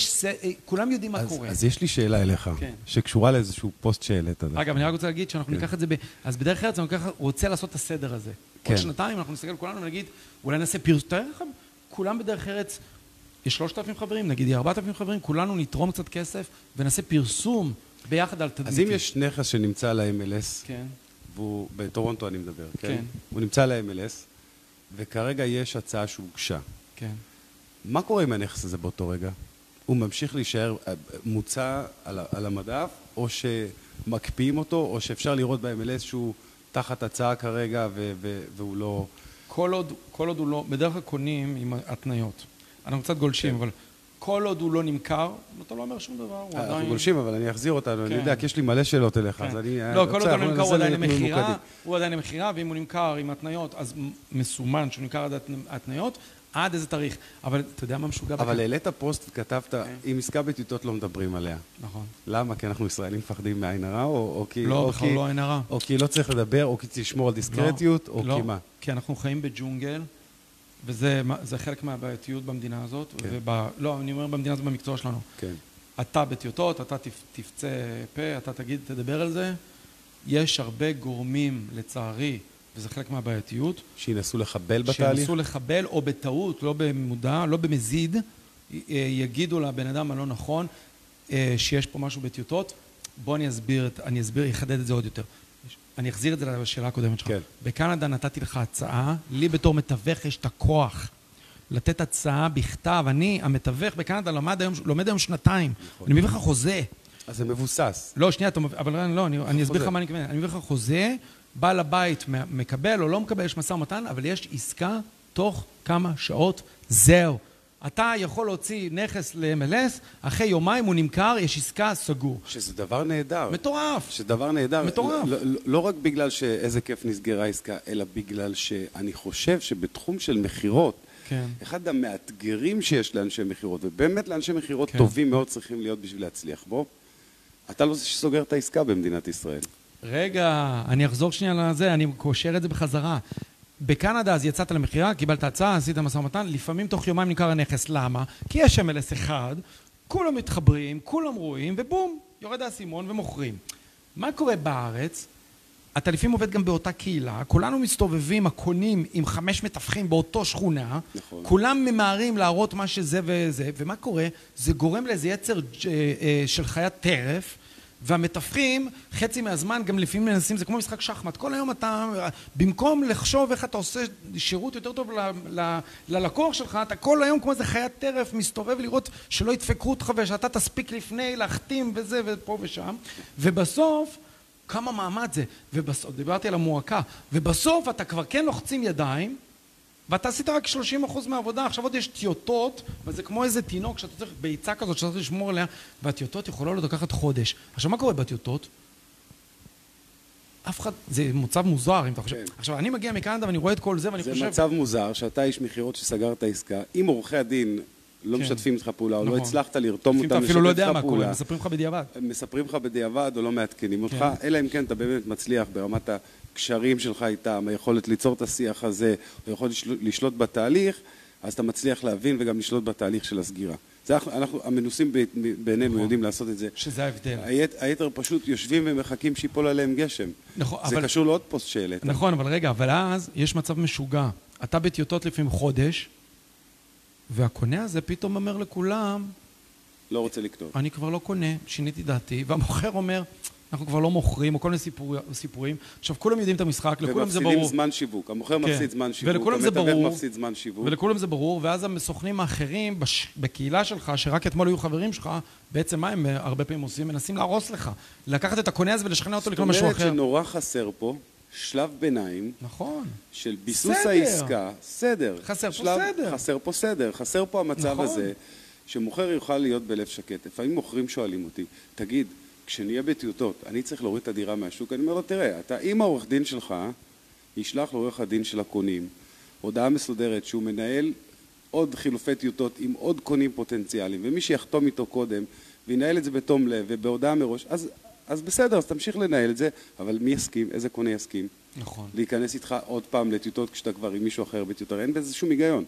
כולם יודעים מה קורה. אז יש לי שאלה אליך, שקשורה לאיזשהו פוסט שהעלית. אגב, אני רק רוצה להגיד שאנחנו ניקח את זה, אז בדרך כלל אני רוצה לעשות את הסדר הזה. עוד שנתיים אנחנו נסתכל כולנו ונגיד, אולי נעשה פרסום, כולם בדרך ארץ, יש 3,000 חברים, נגיד 4,000 חברים, כולנו נתרום קצת כסף ונעשה פרסום ביחד על תדמיתי. אז אם יש נכס שנמצא על ה-MLS, והוא, בטורונטו אני מדבר, כן? הוא נמצא על ה-MLS, וכרגע יש הצעה שהוגשה. כן. מה קורה עם הנכס הזה באותו רגע? הוא ממשיך להישאר מוצע על המדף, או שמקפיאים אותו, או שאפשר לראות ב-MLS שהוא תחת הצעה כרגע והוא לא... כל עוד הוא לא... בדרך כלל קונים עם התניות. אנחנו קצת גולשים, אבל כל עוד הוא לא נמכר, אתה לא אומר שום דבר. אנחנו גולשים, אבל אני אחזיר אותנו. אני יודע, כי יש לי מלא שאלות אליך, אז אני... לא, כל עוד הוא לא נמכר, הוא עדיין למחירה, הוא עדיין למחירה, ואם הוא נמכר עם התניות, אז מסומן שהוא נמכר עד התניות, עד איזה תאריך. אבל אתה יודע מה משוגע? אבל העלית פוסט וכתבת, אם עסקה בטיוטות לא מדברים עליה. נכון. למה? כי אנחנו ישראלים מפחדים מעין הרע, או כי... לא, בכלל לא עין הרע. או כי לא צריך לדבר, או כי צריך לשמור על דיסקרטיות, או כי מה? כי אנחנו חיים בג'ונגל, וזה חלק מהבעייתיות במדינה הזאת. לא, אני אומר במדינה הזאת במקצוע שלנו. כן. אתה בטיוטות, אתה תפצה פה, אתה תדבר על זה. יש הרבה גורמים, לצערי, וזה חלק מהבעייתיות. שינסו לחבל בתהליך? שינסו לחבל, או בטעות, לא במודע, לא במזיד, יגידו לבן אדם הלא נכון, שיש פה משהו בטיוטות. בוא אני אסביר, אחדד את זה עוד יותר. אני אחזיר את זה לשאלה הקודמת שלך. כן. בקנדה נתתי לך הצעה, לי בתור מתווך יש את הכוח לתת הצעה בכתב. אני, המתווך בקנדה, לומד היום שנתיים. אני מביא לך חוזה. אז זה מבוסס. לא, שנייה, אבל לא, אני אסביר לך מה אני מתכוון. אני מביא לך חוזה, בעל הבית מקבל או לא מקבל, יש משא ומתן, אבל יש עסקה תוך כמה שעות, זהו. אתה יכול להוציא נכס ל-MLS, אחרי יומיים הוא נמכר, יש עסקה סגור. שזה דבר נהדר. מטורף. שזה דבר נהדר. מטורף. לא רק בגלל שאיזה כיף נסגרה עסקה, אלא בגלל שאני חושב שבתחום של מחירות, כן. אחד המאתגרים שיש לאנשי מחירות, ובאמת לאנשי מחירות טובים מאוד צריכים להיות בשביל להצליח בו, אתה לא זה שסוגר את העסקה במדינת ישראל. רגע, אני אחזור שנייה לזה, אני קושר את זה בחזרה. בקנדה אז יצאת למחירה, קיבלת הצעה, עשית משא ומתן, לפעמים תוך יומיים נמכר הנכס. למה? כי יש MLS אחד, כולם מתחברים, כולם רואים, ובום, יורד האסימון ומוכרים. מה קורה בארץ? אתה לפעמים עובד גם באותה קהילה, כולנו מסתובבים, הקונים עם 5 מתווכים באותו שכונה, נכון. כולם ממהרים להראות מה שזה וזה, ומה קורה? זה גורם לאיזה יצר של חיית טרף, והמתווכים, חצי מהזמן גם לפעמים מנסים, זה כמו משחק שחמט, כל היום אתה, במקום לחשוב איך אתה עושה שירות יותר טוב ללקוח שלך, אתה כל היום כמו איזה חיית טרף מסתובב לראות שלא ידפקו אותך ושאתה תספיק לפני להחתים וזה ופה ושם, ובסוף כמה מעמד זה, ובסוף, דיברתי על המועקה, ובסוף אתה כבר כן לוחצים ידיים, ואתה עשית רק 30% מהעבודה, עכשיו עוד יש טיוטות, וזה כמו איזה תינוק שאתה צריך ביצה כזאת שאתה צריך לשמור עליה, והטיוטות יכולות לקחת חודש. עכשיו, מה קורה בטיוטות? אף אחד, זה מצב מוזר, אם אתה חושב. כן. עכשיו, אני מגיע מקנדה ואני רואה את כל זה, ואני חושב... זה מצב מוזר, שאתה איש מחירות שסגר את העסקה, אם עורכי הדין לא משתפים איתך פעולה, או לא הצלחת לרתום אותם, אתה אפילו לא יודע מה קורה, מספרים לך בדיעבד. מספרים לך בדיעבד, או לא מעדכנים אותך, אלא אם כן אתה באמת מצליח ברמת הקשרים שלך איתם, היכולת ליצור את השיח הזה, או יכולת לשלוט בתהליך, אז אתה מצליח להבין וגם לשלוט בתהליך של הסגירה. אנחנו, המנוסים בינינו יודעים לעשות את זה. שזה ההבדל. היתר פשוט יושבים ומחכים שיפול עליהם גשם. זה קשור לעוד פוסט שאלת. נכון, אבל רגע, אבל אז יש מצב משוגע. אתה בטיוטות לפעמים חודש, והקונה הזה פתאום אומר לכולם, לא רוצה לקנות. אני כבר לא קונה, שיניתי דעתי, והמוכר אומר, אנחנו כבר לא מוכרים, או כל מיני סיפורים. עכשיו, כולם יודעים את המשחק, לכולם זה ברור. ומפסידים זמן שיווק. המוכר מפסיד זמן שיווק, המתווך מפסיד זמן שיווק. ולכולם זה ברור, ואז הסוכנים האחרים בקהילה שלך, שרק אתמול היו חברים שלך, בעצם מה הם הרבה פעמים עושים? מנסים להרוס לך. לקחת את הקונה הזה ולשכנע אותו לקנות משהו אחר. זאת אומרת שנורא חסר פה שלב ביניים. נכון. של ביסוס העסקה. סדר. חסר פה סדר. חסר פה סדר. חסר פה המצב הזה, שמוכר יוכל להיות בלב שקט. לפעמים מוכרים שואלים אותי, תגיד, כשנהיה בטיוטות, אני צריך להוריד את הדירה מהשוק, אני אומר לו, תראה, אתה, אם העורך דין שלך ישלח לעורך הדין של הקונים, הודעה מסודרת שהוא מנהל עוד חילופי טיוטות עם עוד קונים פוטנציאליים, ומי שיחתום איתו קודם, וינהל את זה בתום לב ובהודעה מראש, אז בסדר, אז תמשיך לנהל את זה, אבל מי יסכים, איזה קונה יסכים? נכון. להיכנס איתך עוד פעם לטיוטות כשאתה כבר עם מישהו אחר בטיוטות, אין בזה שום היגיון.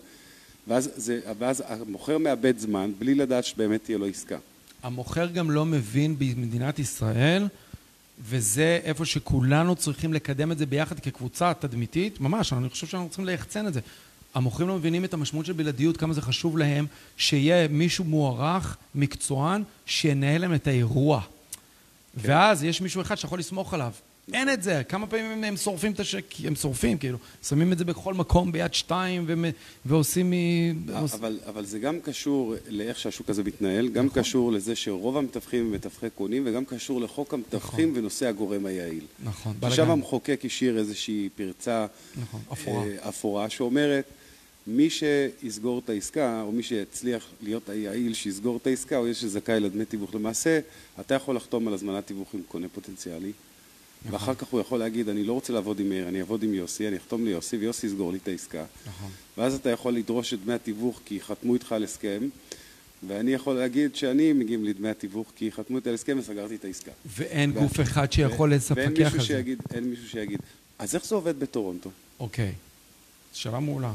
ואז המוכר מאבד זמן, בלי לדעת שבאמת תהיה לו עסקה. המוכר גם לא מבין במדינת ישראל, וזה איפה שכולנו צריכים לקדם את זה ביחד כקבוצה תדמיתית, ממש, אני חושב שאנחנו צריכים להחצן את זה. המוכרים לא מבינים את המשמעות של בלעדיות, כמה זה חשוב להם, שיהיה מישהו מוערך, מקצוען, שינהל להם את האירוע. כן. ואז יש מישהו אחד שיכול לסמוך עליו. אין את זה, כמה פעמים הם שורפים את השק, הם שורפים כאילו, שמים את זה בכל מקום ביד 2 ועושים אבל זה גם קשור לאיך שהשוק הזה מתנהל, גם קשור לזה שרוב המתווכים הם מתווכי קונים, וגם קשור לחוק המתווכים ונושא הגורם היעיל. נכון. עכשיו המחוקק השאיר איזושהי פרצה אפורה שאומרת, מי שיסגור את העסקה, או מי שיצליח להיות היעיל שיסגור את העסקה, או יש זכאי לדמי תיווך למעשה, אתה יכול לחתום על הזמנת תיווך עם קונה פוטנציאלי, ואחר כך הוא יכול להגיד, אני לא רוצה לעבוד עם מאיר, אני אעבוד עם יוסי, אני אחתום ליוסי, ויוסי יסגור לי את העסקה. ואז אתה יכול לדרוש את דמי התיווך כי חתמו איתך על הסכם, ואני יכול להגיד שאני מגיעים לי דמי התיווך כי חתמו איתי על הסכם וסגרתי את העסקה. ואין גוף אחד שיכול לפקח על זה. ואין מישהו שיגיד, אז איך זה עובד בטורונטו? אוקיי, שאלה מעולה.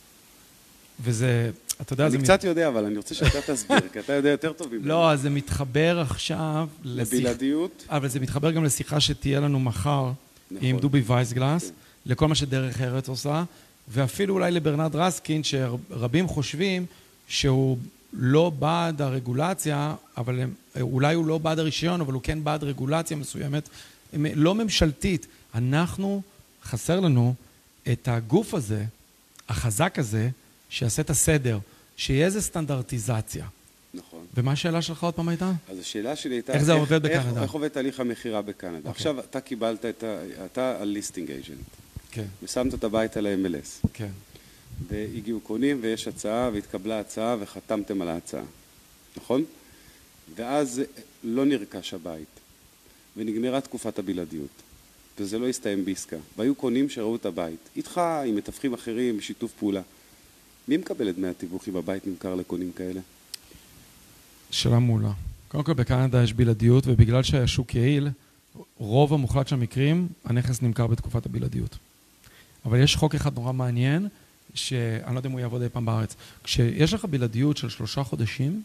וזה, אתה יודע, אני קצת יודע, אבל אני רוצה שאתה תסביר, כי אתה יודע יותר טוב ממני. לא, אז זה מתחבר עכשיו לבלעדיות. אבל זה מתחבר גם לשיחה שתהיה לנו מחר עם דובי וייסגלס, לכל מה שדרך ארץ עושה, ואפילו אולי לברנרד רסקין, שרבים חושבים שהוא לא בעד הרגולציה, אבל אולי הוא לא בעד הרישיון, אבל הוא כן בעד רגולציה מסוימת, לא ממשלתית, אנחנו, חסר לנו את הגוף הזה, החזק הזה, שיעשה את הסדר, שיהיה איזה סטנדרטיזציה. נכון. ומה השאלה שלך עוד פעם הייתה? אז השאלה שלי הייתה, איך זה עובד בקנדה? איך עובד תהליך המכירה בקנדה? עכשיו אתה קיבלת אתה הליסטינג אייג'נט. כן. ושמת את הבית על ה-MLS. כן. והגיעו קונים ויש הצעה והתקבלה הצעה וחתמתם על ההצעה. נכון? ואז לא נרכש הבית. ונגמרה תקופת הבלעדיות. וזה לא הסתיים בעסקה. והיו קונים שראו את הבית. איתך, עם מתווכים אחרים, בשיתוף פעולה. מי מקבל את דמי התיווך אם הבית נמכר לקונים כאלה? שאלה מעולה. קודם כל בקנדה יש בלעדיות, ובגלל שהשוק יעיל, רוב המוחלט של המקרים, הנכס נמכר בתקופת הבלעדיות. אבל יש חוק אחד נורא מעניין, שאני לא יודע אם הוא יעבוד אי פעם בארץ. כשיש לך בלעדיות של 3 חודשים,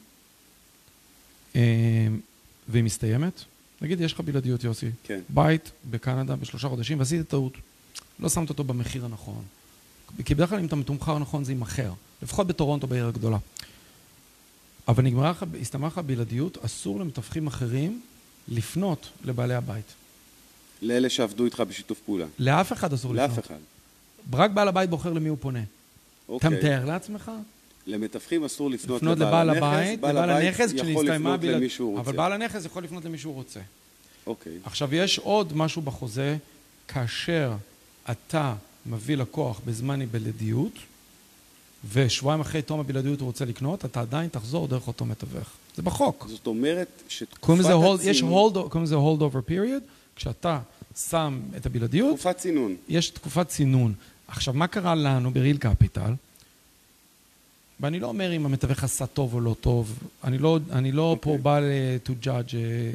והיא מסתיימת, נגיד יש לך בלעדיות יוסי, כן. בית בקנדה ב3 חודשים, ועשית טעות, לא שמת אותו במחיר הנכון. כי בדרך כלל אם אתה מתומחר נכון זה יימחר, לפחות בטורונטו בעיר הגדולה. אבל הסתיימה לך בלעדיות, אסור למתווכים אחרים לפנות לבעלי הבית. לאלה שעבדו איתך בשיתוף פעולה. לאף אחד אסור לפנות. לאף אחד. רק בעל הבית בוחר למי הוא פונה. אוקיי. אתה מתאר לעצמך? למתווכים אסור לפנות לבעל הבית, לבעל הנכס יכול לפנות למי שהוא רוצה. אבל בעל הנכס יכול לפנות למי שהוא רוצה. אוקיי. עכשיו יש עוד משהו בחוזה, כאשר אתה מביא לקוח בזמן בלעדיות, ושבועיים אחרי תום הבלעדיות הוא רוצה לקנות, אתה עדיין תחזור דרך אותו מתווך. זה בחוק. זאת אומרת שתקופת קוראים לזה hold over period, כשאתה שם את הבלעדיות, תקופת צינון. יש תקופת צינון. עכשיו, מה קרה לנו בריל קפיטל? ואני לא אומר אם המתווך עשה טוב או לא טוב, אני לא פה בא to judge,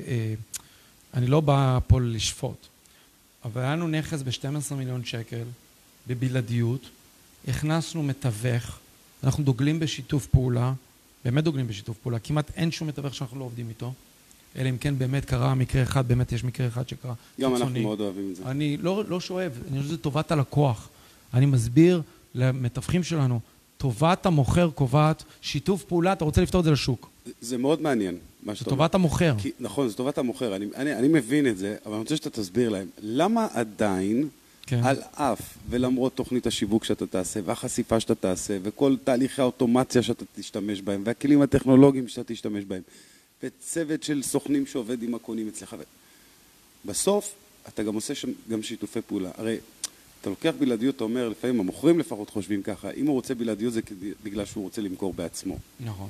אני לא בא פה לשפוט. אבל היה לנו נכס ב-12 מיליון שקל, בבלעדיות, הכנסנו מתווך, אנחנו דוגלים בשיתוף פעולה, באמת דוגלים בשיתוף פעולה, כמעט אין שום מתווך שאנחנו לא עובדים איתו, אלא אם כן באמת קרה מקרה אחד, באמת יש מקרה אחד שקרה גם קיצוני. אנחנו מאוד אוהבים את זה. אני לא שואב, אני חושב שזה טובת הלקוח. אני מסביר למתווכים שלנו, טובת המוכר קובעת, שיתוף פעולה, אתה רוצה לפתור את זה לשוק. זה מאוד מעניין. זה טובת המוכר. נכון, זה טובת המוכר. אני מבין את זה, אבל אני רוצה שאתה תסביר להם. למה עדיין, על אף ולמרות תוכנית השיווק שאתה תעשה, והחשיפה שאתה תעשה, וכל תהליכי האוטומציה שאתה תשתמש בהם, והכלים הטכנולוגיים שאתה תשתמש בהם, וצוות של סוכנים שעובד עם הקונים אצלך. בסוף, אתה גם עושה גם שיתופי פעולה. הרי, אתה לוקח בלעדיות, אתה אומר, לפעמים המוכרים לפחות חושבים ככה, אם הוא רוצה בלעדיות זה בגלל שהוא רוצה למכור בעצמו. נכון.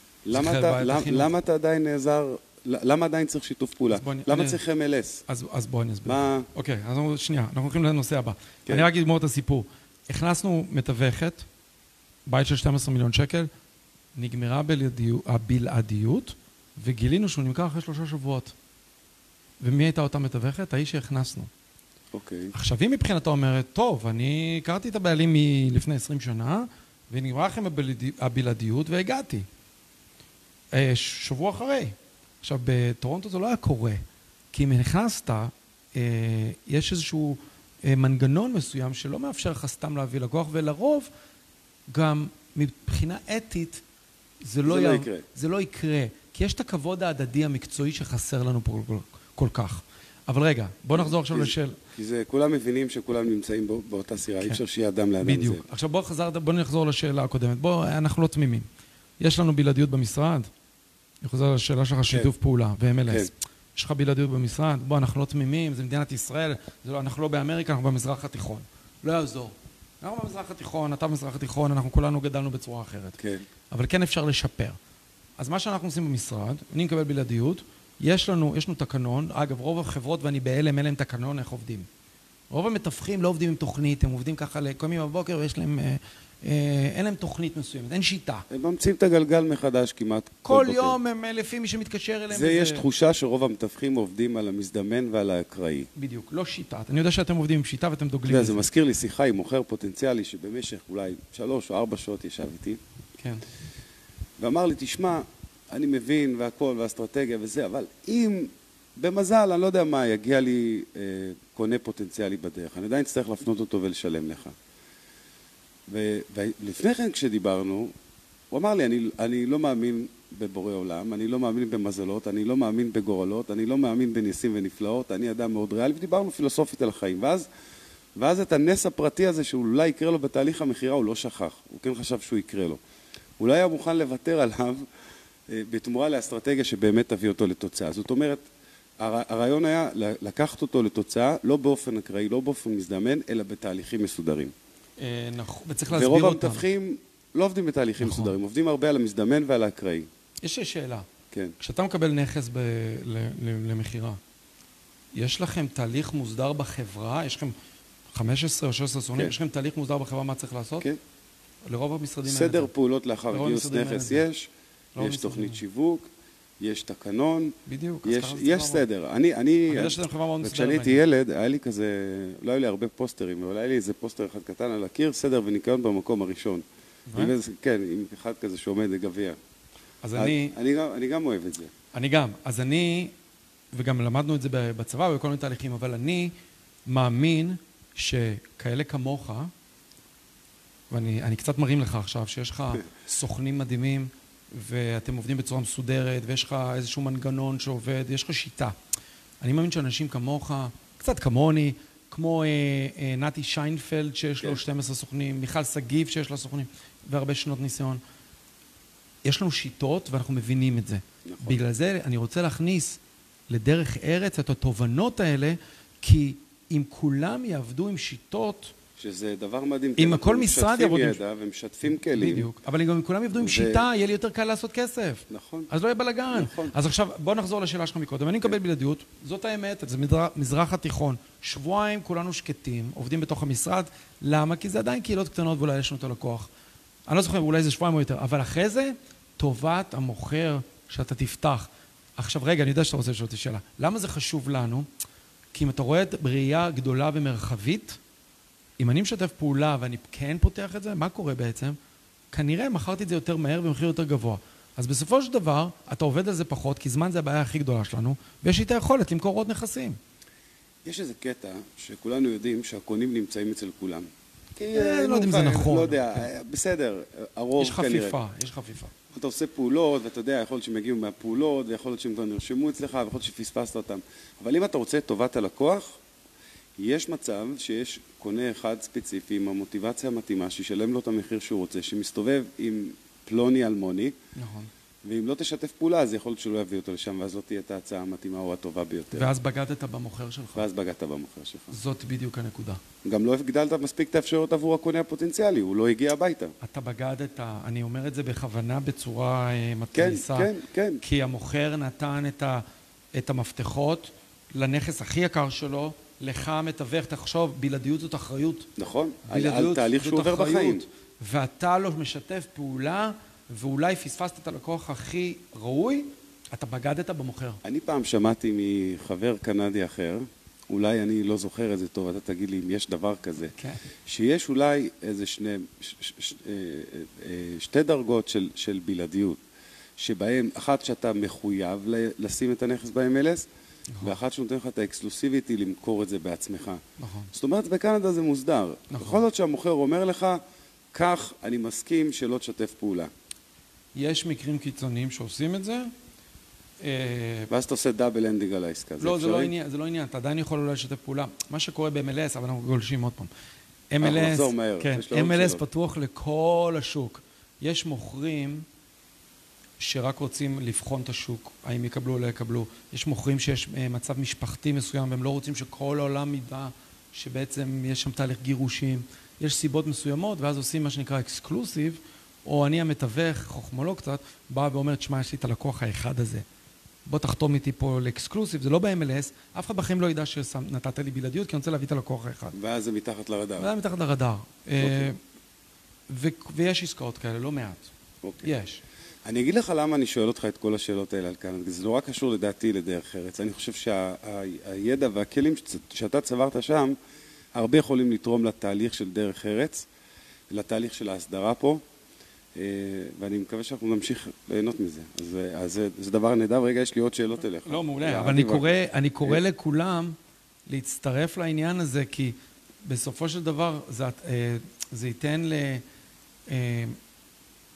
למה אתה עדיין נעזר, למה עדיין צריך שיתוף פעולה? למה צריך MLS? אז בואו אני אסביר. אוקיי, אז שנייה, אנחנו הולכים לנושא הבא. אני רק אגמור את הסיפור. הכנסנו מתווכת, בית של 12 מיליון שקל, נגמרה הבלעדיות, וגילינו שהוא נמכר אחרי 3 שבועות. ומי הייתה אותה מתווכת? האיש שהכנסנו. אוקיי. עכשיו, היא מבחינתה אומרת, טוב, אני הכרתי את הבעלים מלפני 20 שנה, ונגמרה לכם הבלעדיות, והגעתי. שבוע אחרי. עכשיו, בטורונטו זה לא היה קורה, כי אם נכנסת, יש איזשהו מנגנון מסוים שלא מאפשר לך סתם להביא לקוח, ולרוב, גם מבחינה אתית, זה לא יקרה. כי יש את הכבוד ההדדי המקצועי שחסר לנו פה כל כך. אבל רגע, בוא נחזור עכשיו לשאלה. כי זה, כולם מבינים שכולם נמצאים באותה סירה, אי אפשר שיהיה אדם לאדם זה. בדיוק. עכשיו בוא נחזור לשאלה הקודמת. אנחנו לא תמימים. יש לנו בלעדיות במשרד, אני חוזר לשאלה שלך שיתוף פעולה, ו-MLS. יש לך בלעדיות במשרד, בוא, אנחנו לא תמימים, זה מדינת ישראל, אנחנו לא באמריקה, אנחנו במזרח התיכון. לא יעזור. אנחנו במזרח התיכון, אתה במזרח התיכון, אנחנו כולנו גדלנו בצורה אחרת. כן. אבל כן אפשר לשפר. אז מה שאנחנו עושים במשרד, אני מקבל בלעדיות, יש לנו תקנון, אגב, רוב החברות, ואני בהלם, אין להם תקנון, איך עובדים. רוב המתווכים לא עובדים עם תוכנית, הם עובדים ככה לקומים בבוקר, ויש להם, אין להם תוכנית מסוימת, אין שיטה. הם ממציאים את הגלגל מחדש כמעט. כל יום הם לפי מי שמתקשר אליהם. זה יש תחושה שרוב המתווכים עובדים על המזדמן ועל האקראי. בדיוק, לא שיטה. אני יודע שאתם עובדים עם שיטה ואתם דוגלים בזה. זה מזכיר לי שיחה עם מוכר פוטנציאלי, שבמשך אולי 3 או 4 שעות ישב איתי. כן. ואמר לי, תשמע, אני מבין והכל והאסטרטגיה וזה, אבל אם במזל, אני לא יודע מה, יגיע לי קונה פוטנציאלי בדרך, אני עדיין צריך לפנות אותו ולשלם לך. ולפני כן כשדיברנו, הוא אמר לי, אני לא מאמין בבורא עולם, אני לא מאמין במזלות, אני לא מאמין בגורלות, אני לא מאמין בניסים ונפלאות, אני אדם מאוד ריאלי, ודיברנו פילוסופית על החיים. ואז את הנס הפרטי הזה שאולי יקרה לו בתהליך המכירה, הוא לא שכח, הוא כן חשב שהוא יקרה לו. הוא לא היה מוכן לוותר עליו בתמורה לאסטרטגיה שבאמת תביא אותו לתוצאה. זאת אומרת, הרעיון היה לקחת אותו לתוצאה, לא באופן אקראי, לא באופן מזדמן, אלא בתהליכים מסודרים. נכון, וצריך להסביר אותם. ורוב המתווכים לא עובדים בתהליכים מסודרים, עובדים הרבה על המזדמן ועל האקראי. יש לי שאלה. כן. כשאתה מקבל נכס למכירה, יש לכם תהליך מוסדר בחברה? יש לכם 15 או 16 סוכנים? יש לכם תהליך מוסדר בחברה מה צריך לעשות? כן. לרוב המשרדים האלה. סדר פעולות לאחר גיוס נכס יש תוכנית שיווק, יש תקנון, בדיוק, יש סדר. כשאני הייתי ילד, היה לי כזה, לא היה לי הרבה פוסטרים, אבל היה לי איזה פוסטר אחד קטן על הקיר, סדר וניקיון במקום הראשון. כן, עם אחד כזה שעומד לגביע. אז אני גם אוהב את זה. אני גם. אז אני, וגם למדנו את זה בצבא ובכל מיני תהליכים, אבל אני מאמין שכאלה כמוך, ואני קצת מרים לך עכשיו, שיש לך סוכנים מדהימים, ואתם עובדים בצורה מסודרת, ויש לך איזשהו מנגנון שעובד, יש לך שיטה. אני מאמין שאנשים כמוך, קצת כמוני, כמו נתי שיינפלד שיש לו 12 סוכנים, מיכל סגיב שיש לו סוכנים, והרבה שנות ניסיון. יש לנו שיטות ואנחנו מבינים את זה. נכון. בגלל זה אני רוצה להכניס לדרך ארץ את התובנות האלה, כי אם כולם יעבדו עם שיטות, שזה דבר מדהים. אם הכל משרד יעבוד עם... משתפים ידע ומשתפים כלים. בדיוק. אבל אם כולם יעבדו עם שיטה, יהיה לי יותר קל לעשות כסף. נכון. אז לא יהיה בלגן. נכון. אז עכשיו, בוא נחזור לשאלה שלך מקודם. אני מקבל בלעדיות, זאת האמת, זה מזרח התיכון. שבועיים כולנו שקטים, עובדים בתוך המשרד. למה? כי זה עדיין קהילות קטנות ואולי יש לנו את הלקוח. אני לא זוכר, אולי זה שבועיים או יותר. אבל אחרי זה, טובת המוכר שאתה תפתח. עכשיו, רגע, אני יודע שאתה רוצה לשאול אותי שאלה. למה זה חשוב לנו? כי אם אתה רואה את בראייה גדולה ומרחבית, אם אני משתף פעולה ואני כן פותח את זה, מה קורה בעצם? כנראה מכרתי את זה יותר מהר במחיר יותר גבוה. אז בסופו של דבר, אתה עובד על זה פחות, כי זמן זה הבעיה הכי גדולה שלנו, ויש לי את היכולת למכור עוד נכסים. יש איזה קטע שכולנו יודעים שהקונים נמצאים אצל כולם. לא יודע אם זה נכון. לא יודע, בסדר, הרוב כנראה. יש חפיפה. אתה עושה פעולות, ואתה יודע, יכול להיות שהם הגיעו מהפעולות, ויכול להיות שהם כבר נרשמו אצלך, ויכול להיות שפספסת אותם. אבל אם אתה רוצה את טובת הלקוח, יש מצב שיש קונה אחד ספציפי עם המוטיבציה המתאימה, שישלם לו את המחיר שהוא רוצה, שמסתובב עם פלוני אלמוני, נכון. ואם לא תשתף פעולה, אז יכול להיות שלא יביא אותו לשם, ואז לא תהיה את ההצעה המתאימה או הטובה ביותר. ואז בגדת במוכר שלך. זאת בדיוק הנקודה. גם לא הגדלת מספיק את האפשרות עבור הקונה הפוטנציאלי, הוא לא הגיע הביתה. אתה בגדת, אני אומר את זה בכוונה בצורה מתריסה. כן, כן. כי המוכר נתן את המפתחות לנכס הכי יקר שלו, לך מתווך, תחשוב, בלעדיות זאת אחריות. נכון, על תהליך שהוא עובר בחיים. ואתה לא משתף פעולה, ואולי פספסת את הלקוח הכי ראוי, אתה בגדת במוכר. אני פעם שמעתי מחבר קנדי אחר, אולי אני לא זוכר את זה טוב, אתה תגיד לי אם יש דבר כזה, שיש אולי איזה שתי דרגות של בלעדיות, שבהם אחת שאתה מחויב לשים את הנכס ב-MLS, ואחת שנותן לך את האקסקלוסיביטי למכור את זה בעצמך. זאת אומרת, בקנדה זה מוסדר. יכול להיות שהמוכר אומר לך, כך אני מסכים שלא תשתף פעולה. יש מקרים קיצוניים שעושים את זה. ואז אתה עושה דאבל אנדינג על העסקה. לא, זה לא עניין. אתה עדיין יכול אולי לשתף פעולה. מה שקורה ב-MLS, אבל אנחנו גולשים עוד פעם. MLS פתוח לכל השוק. יש מוכרים שרק רוצים לבחון את השוק, האם יקבלו או לא יקבלו. יש מוכרים שיש מצב משפחתי מסוים, והם לא רוצים שכל העולם ידע שבעצם יש שם תהליך גירושים. יש סיבות מסוימות, ואז עושים מה שנקרא אקסקלוסיב, או אני המתווך, חוכמולוג קצת, בא ואומר, תשמע, יש לי את הלקוח האחד הזה. בוא תחתום איתי פה לאקסקלוסיב, זה לא ב-MLS, אף אחד בחיים לא ידע שנתת לי בלעדיות, כי אני רוצה להביא את הלקוח האחד. ואז זה מתחת לרדאר. ואז מתחת לרדאר. ויש עסקאות כאלה, לא מעט. יש. אני אגיד לך למה אני שואל אותך את כל השאלות האלה על כאן, זה נורא קשור לדעתי לדרך ארץ. אני חושב שהידע והכלים שאתה צברת שם, הרבה יכולים לתרום לתהליך של דרך ארץ, לתהליך של ההסדרה פה, ואני מקווה שאנחנו נמשיך ליהנות מזה. אז זה דבר נהדר, רגע, יש לי עוד שאלות אליך. לא, מעולה, אבל אני קורא לכולם להצטרף לעניין הזה, כי בסופו של דבר זה ייתן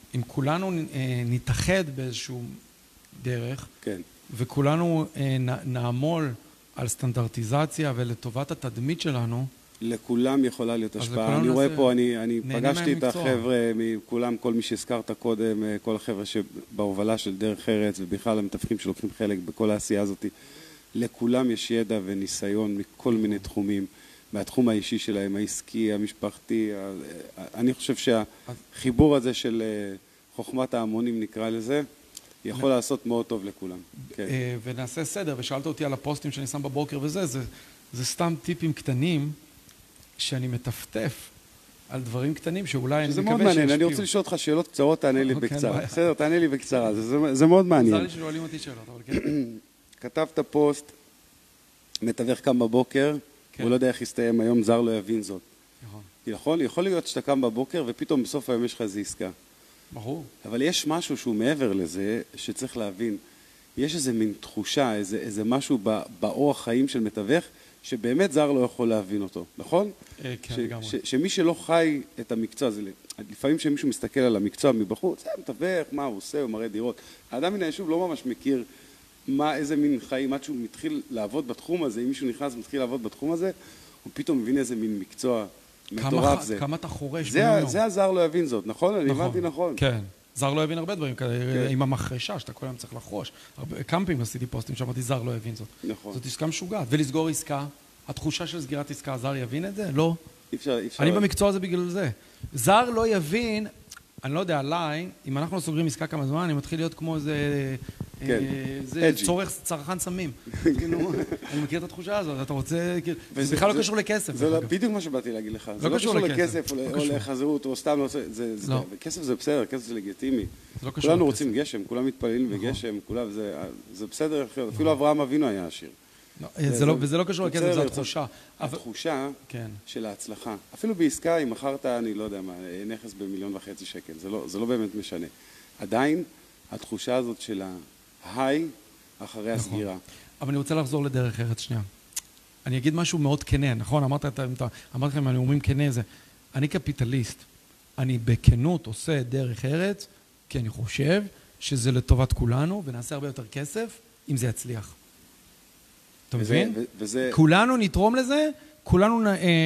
אם כולנו נתאחד באיזשהו דרך, כן. וכולנו נעמול על סטנדרטיזציה ולטובת התדמית שלנו, לכולם יכולה להיות השפעה. אני רואה פה, אני פגשתי את החבר'ה, מכולם, כל מי שהזכרת קודם, כל החבר'ה שבהובלה של דרך ארץ, ובכלל המתווכים שלוקחים חלק בכל העשייה הזאת, לכולם יש ידע וניסיון מכל מיני תחומים, מהתחום האישי שלהם, העסקי, המשפחתי. אני חושב שהחיבור הזה של חוכמת ההמונים, נקרא לזה, יכול לעשות מאוד טוב לכולם. ונעשה סדר, ושאלת אותי על הפוסטים שאני שם בבוקר וזה, זה סתם טיפים קטנים שאני מטפטף על דברים קטנים שאולי אני מקווה שישפיעו. זה מאוד מעניין, אני רוצה לשאול אותך שאלות קצרות, תענה לי בקצרה. בסדר, תענה לי בקצרה, זה מאוד מעניין. עזר לי ששואלים אותי שאלות, אבל כן. כתבת פוסט, מתווך קם בבוקר, הוא לא יודע איך יסתיים היום, זר לא יבין זאת. נכון? יכול להיות שאתה קם בבוקר ופתאום בסוף היום יש לך איזו עסקה. ברור. אבל יש משהו שהוא מעבר לזה שצריך להבין. יש איזה מין תחושה, איזה משהו באורח חיים של מתווך, שבאמת זר לא יכול להבין אותו, נכון? כן, לגמרי. שמי שלא חי את המקצוע, לפעמים שמישהו מסתכל על המקצוע מבחוץ, זה מתווך, מה הוא עושה, הוא מראה דירות. האדם מן היישוב לא ממש מכיר איזה מין חיים, עד שהוא מתחיל לעבוד בתחום הזה, אם מישהו נכנס ומתחיל לעבוד בתחום הזה, הוא פתאום מבין איזה מין מקצוע מטורף זה. כמה אתה חורש ביום. זה הזר לא יבין זאת, נכון? אני הבנתי נכון. כן. זר לא יבין הרבה דברים, עם המחרשה, שאתה כל היום צריך לחרוש. קמפינג עשיתי פוסטים שאמרתי, זר לא יבין זאת. נכון. זאת עסקה משוגעת. ולסגור עסקה, התחושה של סגירת עסקה, הזר יבין את זה? לא. אי אפשר. אני במקצוע הזה בגלל זה. זר לא יבין, אני לא יודע עליי, אם אנחנו סוגרים עסקה כמה זמן, אני מתחיל להיות כמו איזה צרכן סמים. אני מכיר את התחושה הזאת, אתה רוצה, זה בכלל לא קשור לכסף. זה בדיוק מה שבאתי להגיד לך. זה לא קשור לכסף או לחזרות או סתם, כסף זה בסדר, כסף זה לגיטימי. כולנו רוצים גשם, כולם מתפללים בגשם, זה בסדר, אפילו אברהם אבינו היה עשיר. וזה לא קשור לכסף, זה התחושה. התחושה של ההצלחה. אפילו בעסקה, אם מכרת, אני לא יודע מה, נכס ב1.5 מיליון שקל, זה לא באמת משנה. עדיין, התחושה הזאת של ההיי אחרי הסגירה. אבל אני רוצה לחזור לדרך ארץ שנייה. אני אגיד משהו מאוד כנה, נכון? אמרתי לכם, אני אומרים כנה, אני קפיטליסט. אני בכנות עושה דרך ארץ, כי אני חושב שזה לטובת כולנו, ונעשה הרבה יותר כסף, אם זה יצליח. אתה מבין? כולנו נתרום לזה, כולנו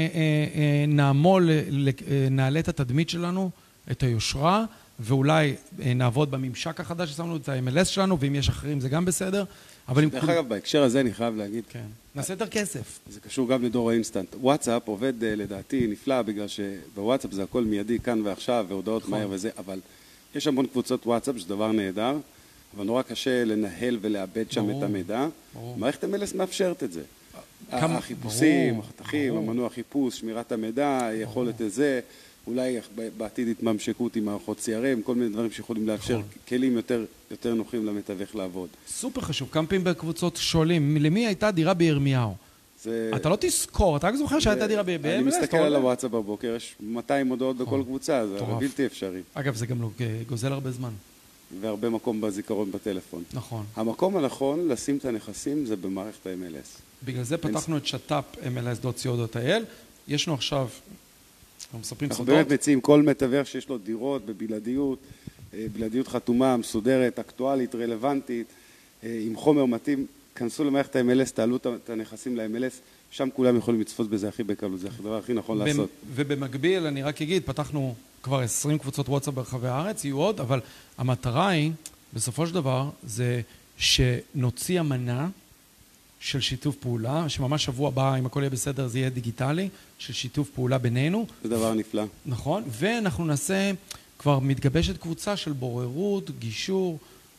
נעמול, נעלה את התדמית שלנו, את היושרה, ואולי נעבוד בממשק החדש ששמנו את ה-MLS שלנו, ואם יש אחרים זה גם בסדר. דרך אגב, בהקשר הזה אני חייב להגיד. כן. נעשה יותר כסף. זה קשור גם לדור האינסטנט. וואטסאפ עובד לדעתי נפלא, בגלל שבוואטסאפ זה הכל מיידי כאן ועכשיו, והודעות מהר וזה, אבל יש המון קבוצות וואטסאפ, שזה דבר נהדר, אבל נורא קשה לנהל ולאבד שם את המידע. מערכת MLS מאפשרת את זה. החיפושים, החתכים, המנוע חיפוש, שמירת המידע, יכולת את זה, אולי בעתיד התממשקות עם מערכות CRM, כל מיני דברים שיכולים לאפשר כלים יותר נוחים למתווך לעבוד. סופר חשוב. כמה פעמים בקבוצות שואלים, למי הייתה דירה בירמיהו? אתה לא תזכור, אתה רק זוכר שהייתה דירה בירמיהו? אני מסתכל על הוואטסאפ בבוקר, יש 200 הודעות בכל קבוצה, זה בלתי אפשרי. אגב, זה גם גוזל הרבה זמן. והרבה מקום בזיכרון בטלפון. נכון. המקום הנכון לשים את הנכסים זה במערכת ה-MLS. בגלל זה פתחנו את שת"פ mls.co.il. יש לנו עכשיו, אנחנו מספרים סודות. אנחנו באמת מציעים כל מתווך שיש לו דירות בבלעדיות, בלעדיות חתומה, מסודרת, אקטואלית, רלוונטית, עם חומר מתאים. כנסו למערכת ה-MLS, תעלו את הנכסים ל-MLS, שם כולם יכולים לצפות בזה הכי בקלות, זה הדבר הכי נכון לעשות. ובמקביל, אני רק אגיד, פתחנו כבר 20 קבוצות וואטסאפ ברחבי הארץ, יהיו עוד, אבל המטרה היא, בסופו של דבר, זה שנוציא אמנה של שיתוף פעולה, שממש שבוע הבא, אם הכל יהיה בסדר, זה יהיה דיגיטלי, של שיתוף פעולה בינינו. זה דבר נפלא. נכון, ואנחנו נעשה, כבר מתגבשת קבוצה של בוררות, גישור,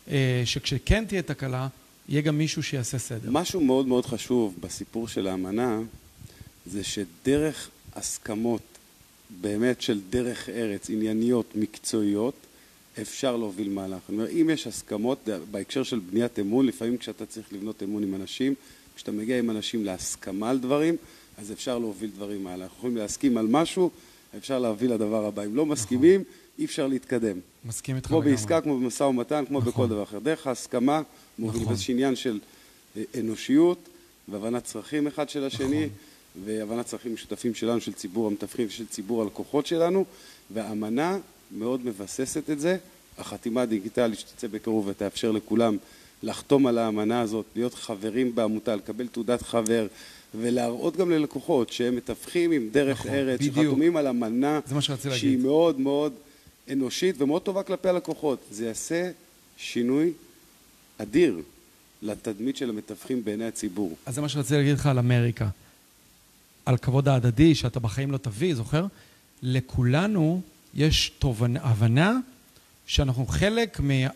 שכשכן תהיה תקלה, יהיה גם מישהו שיעשה סדר. משהו מאוד מאוד חשוב בסיפור של האמנה, זה שדרך הסכמות, באמת של דרך ארץ, ענייניות, מקצועיות, אפשר להוביל מהלך. אני אומר, אם יש הסכמות, בהקשר של בניית אמון, לפעמים כשאתה צריך לבנות אמון עם אנשים, כשאתה מגיע עם אנשים להסכמה על דברים, אז אפשר להוביל דברים מהלך. אנחנו יכולים להסכים על משהו, אפשר להוביל לדבר הבא. אם לא מסכימים, אי אפשר להתקדם. מסכים איתך לגמרי. כמו בעסקה, כמו במשא ומתן, כמו בכל דבר אחר. דרך ההסכמה, מוביל באיזשהו עניין של אנושיות, והבנת צרכים אחד של השני, והבנת צרכים משותפים שלנו, של ציבור המתווכים ושל ציבור הלקוחות שלנו, והאמנה מאוד מבססת את זה. החתימה הדיגיטלית שתצא בקרוב ותאפשר לכולם לחתום על האמנה הזאת, להיות חברים בעמותה, לקבל תעודת חבר, ולהראות גם ללקוחות שהם מתווכים עם דרך ארץ, שחתומים על אמנה שהיא מאוד מאוד אנושית ומאוד טובה כלפי הלקוחות. זה יעשה שינוי אדיר לתדמית של המתווכים בעיני הציבור. אז זה מה שרציתי להגיד לך על אמריקה. על כבוד ההדדי שאתה בחיים לא תביא, זוכר? לכולנו יש הבנה שאנחנו חלק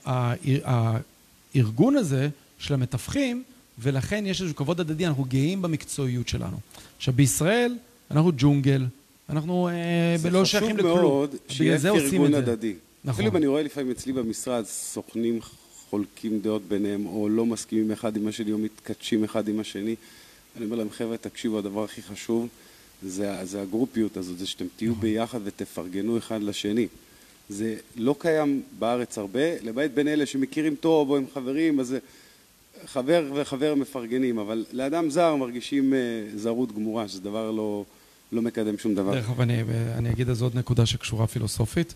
מהארגון הזה של המתווכים, ולכן יש איזשהו כבוד הדדי, אנחנו גאים במקצועיות שלנו. עכשיו, בישראל אנחנו ג'ונגל, אנחנו לא שייכים לכלום. זה חשוב מאוד שיהיה ארגון הדדי. אפילו אם אני רואה לפעמים אצלי במשרד, סוכנים חולקים דעות ביניהם, או לא מסכימים אחד עם השני, או מתקדשים אחד עם השני. אני אומר להם, חבר'ה, תקשיבו, הדבר הכי חשוב, זה הגרופיות הזאת, זה שאתם תהיו ביחד ותפרגנו אחד לשני. זה לא קיים בארץ הרבה, למעט בין אלה שמכירים טוב או הם חברים, אז חבר וחבר מפרגנים, אבל לאדם זר מרגישים זרות גמורה, שזה דבר לא מקדם שום דבר. דרך אגב, אני אגיד אז עוד נקודה שקשורה פילוסופית.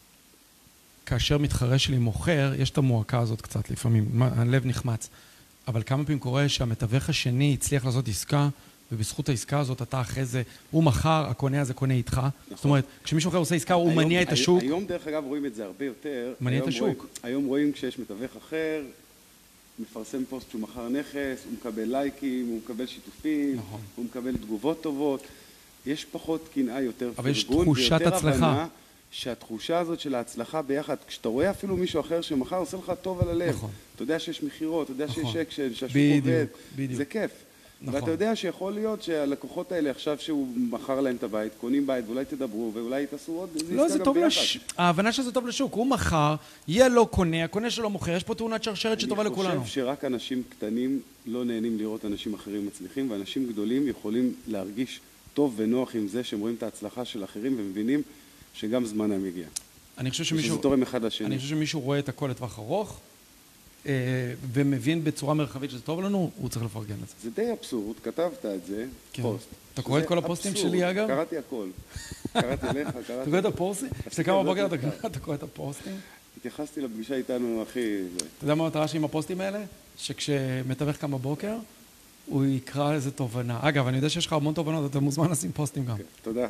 כאשר מתחרה שלי מוכר, יש את המועקה הזאת קצת לפעמים, הלב נחמץ. אבל כמה פעמים קורה שהמתווך השני הצליח לעשות עסקה, ובזכות העסקה הזאת אתה אחרי זה, הוא מחר, הקונה הזה קונה איתך. זאת אומרת, כשמישהו אחר עושה עסקה, הוא מניע את השוק. היום דרך אגב רואים את זה הרבה יותר. מניע את השוק. היום רואים כשיש מתווך אחר, מפרסם פוסט שהוא מחר נכס, הוא מקבל לייקים, הוא מקבל שיתופים, הוא מקבל תגובות טובות. יש פחות קנאה, יותר פרגון, ויותר הבנה שהתחושה הזאת של ההצלחה ביחד, כשאתה רואה אפילו מישהו אחר שמחר עושה לך טוב על הלב, אתה יודע שיש מחירות, אתה יודע שיש אקשן, שהשוק עובד, זה כיף. ואתה יודע שיכול להיות שהלקוחות האלה עכשיו שהוא מכר להם את הבית, קונים בית, ואולי תדברו, ואולי תעשו עוד איזה עסקה גם ביחד. ההבנה שזה טוב לשוק, הוא מכר, יהיה לו קונה, הקונה שלו מוכר, יש פה תאונת שרשרת שטובה לכולנו. אני חושב שרק אנשים קטנים לא נהנים לראות אנשים אחרים מצליחים, ואנשים גדולים יכולים להרגיש טוב ונוח עם זה שהם רואים את ההצלחה של אחרים ומבינים שגם זמנם הגיע. אני חושב שמישהו רואה את הכל לטווח ארוך, ומבין בצורה מרחבית שזה טוב לנו, הוא צריך לפרגן את זה. זה די אבסורד, כתבת את זה, פוסט. אתה קורא את כל הפוסטים שלי אגב? קראתי הכל. קראתי לך, קראתי. אתה קורא את הפוסטים? כשאתה קם בבוקר אתה קורא את הפוסטים? התייחסתי לפגישה איתנו הכי... אתה יודע מה המטרה שלי עם הפוסטים האלה? שכשמתווך קם בבוקר, הוא יקרא איזה תובנה. אגב, אני יודע שיש לך המון תובנות, אתה מוזמן לשים פוסטים גם. תודה.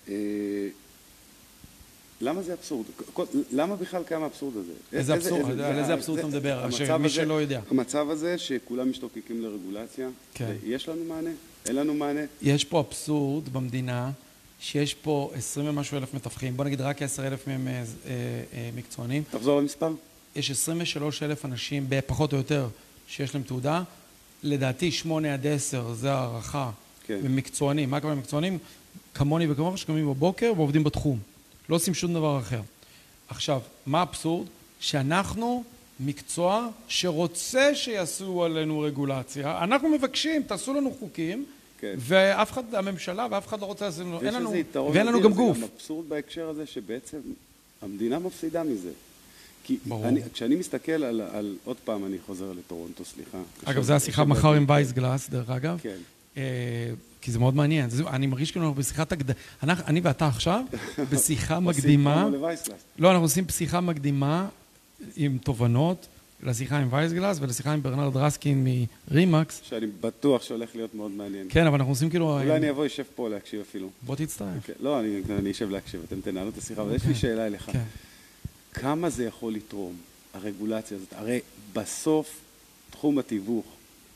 למה זה אבסורד? למה בכלל קיים האבסורד הזה? איזה אבסורד? על איזה אבסורד אתה מדבר? מי שלא יודע. המצב הזה שכולם משתוקקים לרגולציה, יש לנו מענה? אין לנו מענה? יש פה אבסורד במדינה, שיש פה 20 ומשהו אלף מתווכים, בוא נגיד רק 10,000 מהם מקצוענים. תחזור למספר. יש 23,000 אנשים, פחות או יותר, שיש להם תעודה. לדעתי 8 עד 10 זה הערכה. ומקצוענים, מה כמה מקצוענים? כמוני וכמוך שקמים בבוקר ועובדים בתחום. לא עושים שום דבר אחר. עכשיו, מה האבסורד? שאנחנו מקצוע שרוצה שיעשו עלינו רגולציה, אנחנו מבקשים, תעשו לנו חוקים, ואף אחד, הממשלה, ואף אחד לא רוצה לעשות לנו, ואין לנו גם גוף. זה גם אבסורד בהקשר הזה שבעצם המדינה מפסידה מזה. כי כשאני מסתכל על, עוד פעם אני חוזר לטורונטו, סליחה. אגב, זה השיחה מחר עם וייסגלס, דרך אגב. כן. כי זה מאוד מעניין. אני מרגיש כאילו אנחנו בשיחת אני ואתה עכשיו בשיחה מקדימה. לא, אנחנו עושים שיחה מקדימה עם תובנות לשיחה עם וייסגלס ולשיחה עם ברנרד רסקין מרימקס. שאני בטוח שהולך להיות מאוד מעניין. כן, אבל אנחנו עושים כאילו... אולי אני אבוא ישב פה להקשיב אפילו. בוא תצטרף. לא, אני אשב להקשיב, אתם תנהלו את השיחה, אבל יש לי שאלה אליך. כמה זה יכול לתרום, הרגולציה הזאת? הרי בסוף תחום התיווך,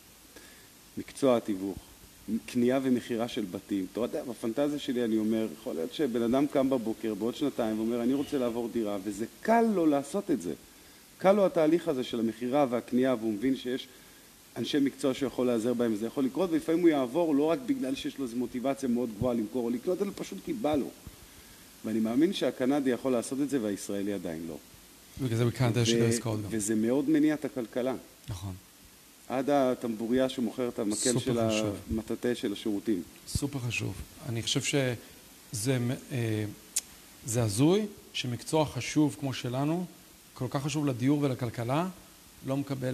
מקצוע התיווך, קנייה ומחירה של בתים. אתה יודע, בפנטזיה שלי אני אומר, יכול להיות שבן אדם קם בבוקר בעוד שנתיים ואומר, אני רוצה לעבור דירה, וזה קל לו לעשות את זה. קל לו התהליך הזה של המחירה והקנייה, והוא מבין שיש אנשי מקצוע שיכול לעזר בהם, וזה יכול לקרות, ולפעמים הוא יעבור לא רק בגלל שיש לו איזו מוטיבציה מאוד גבוהה למכור או לקנות, אלא פשוט כי בא לו. ואני מאמין שהקנדי יכול לעשות את זה, והישראלי עדיין לא. בגלל זה בקנדה יש עסקאות גם. וזה מאוד מניע את הכלכלה. נכון. עד הטמבוריה שמוכר את המקל של המטאטה של השירותים. סופר חשוב. אני חושב שזה הזוי שמקצוע חשוב כמו שלנו, כל כך חשוב לדיור ולכלכלה, לא מקבל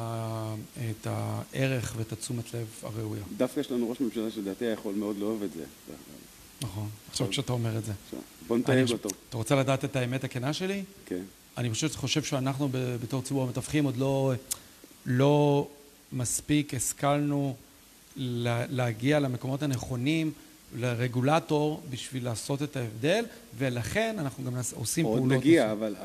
את הערך ואת התשומת לב הראויה. דווקא יש לנו ראש ממשלה שדעתי יכול מאוד לאהוב את זה. נכון, עכשיו כשאתה אומר את זה. בוא נתייג אותו. אתה רוצה לדעת את האמת הכנה שלי? כן. אני חושב שאנחנו בתור ציבור המתווכים עוד לא מספיק השכלנו להגיע למקומות הנכונים, לרגולטור בשביל לעשות את ההבדל, ולכן אנחנו גם עושים פעולות. עוד נגיע, אבל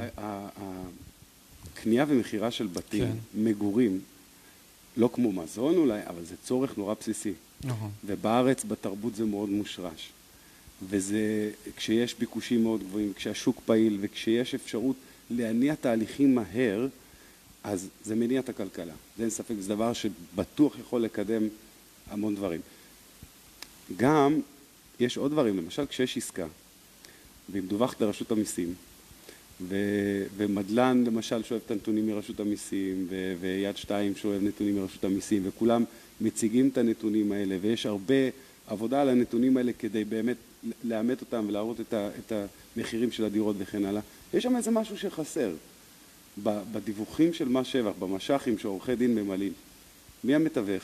הקנייה ומחירה של בתים, מגורים, לא כמו מזון אולי, אבל זה צורך נורא בסיסי. נכון. ובארץ בתרבות זה מאוד מושרש. וזה, כשיש ביקושים מאוד גבוהים, כשהשוק פעיל וכשיש אפשרות להניע תהליכים מהר, אז זה מניע את הכלכלה. זה אין ספק, זה דבר שבטוח יכול לקדם המון דברים. גם יש עוד דברים, למשל כשיש עסקה, והיא מדווחת לרשות המיסים, ומדלן למשל שואב את הנתונים מרשות המיסים, ויד שתיים שואב נתונים מרשות המיסים, וכולם מציגים את הנתונים האלה, ויש הרבה עבודה על הנתונים האלה כדי באמת לאמת אותם ולהראות את המחירים של הדירות וכן הלאה. יש שם איזה משהו שחסר. בדיווחים של מס שבח, במש"חים שעורכי דין ממלאים, מי המתווך?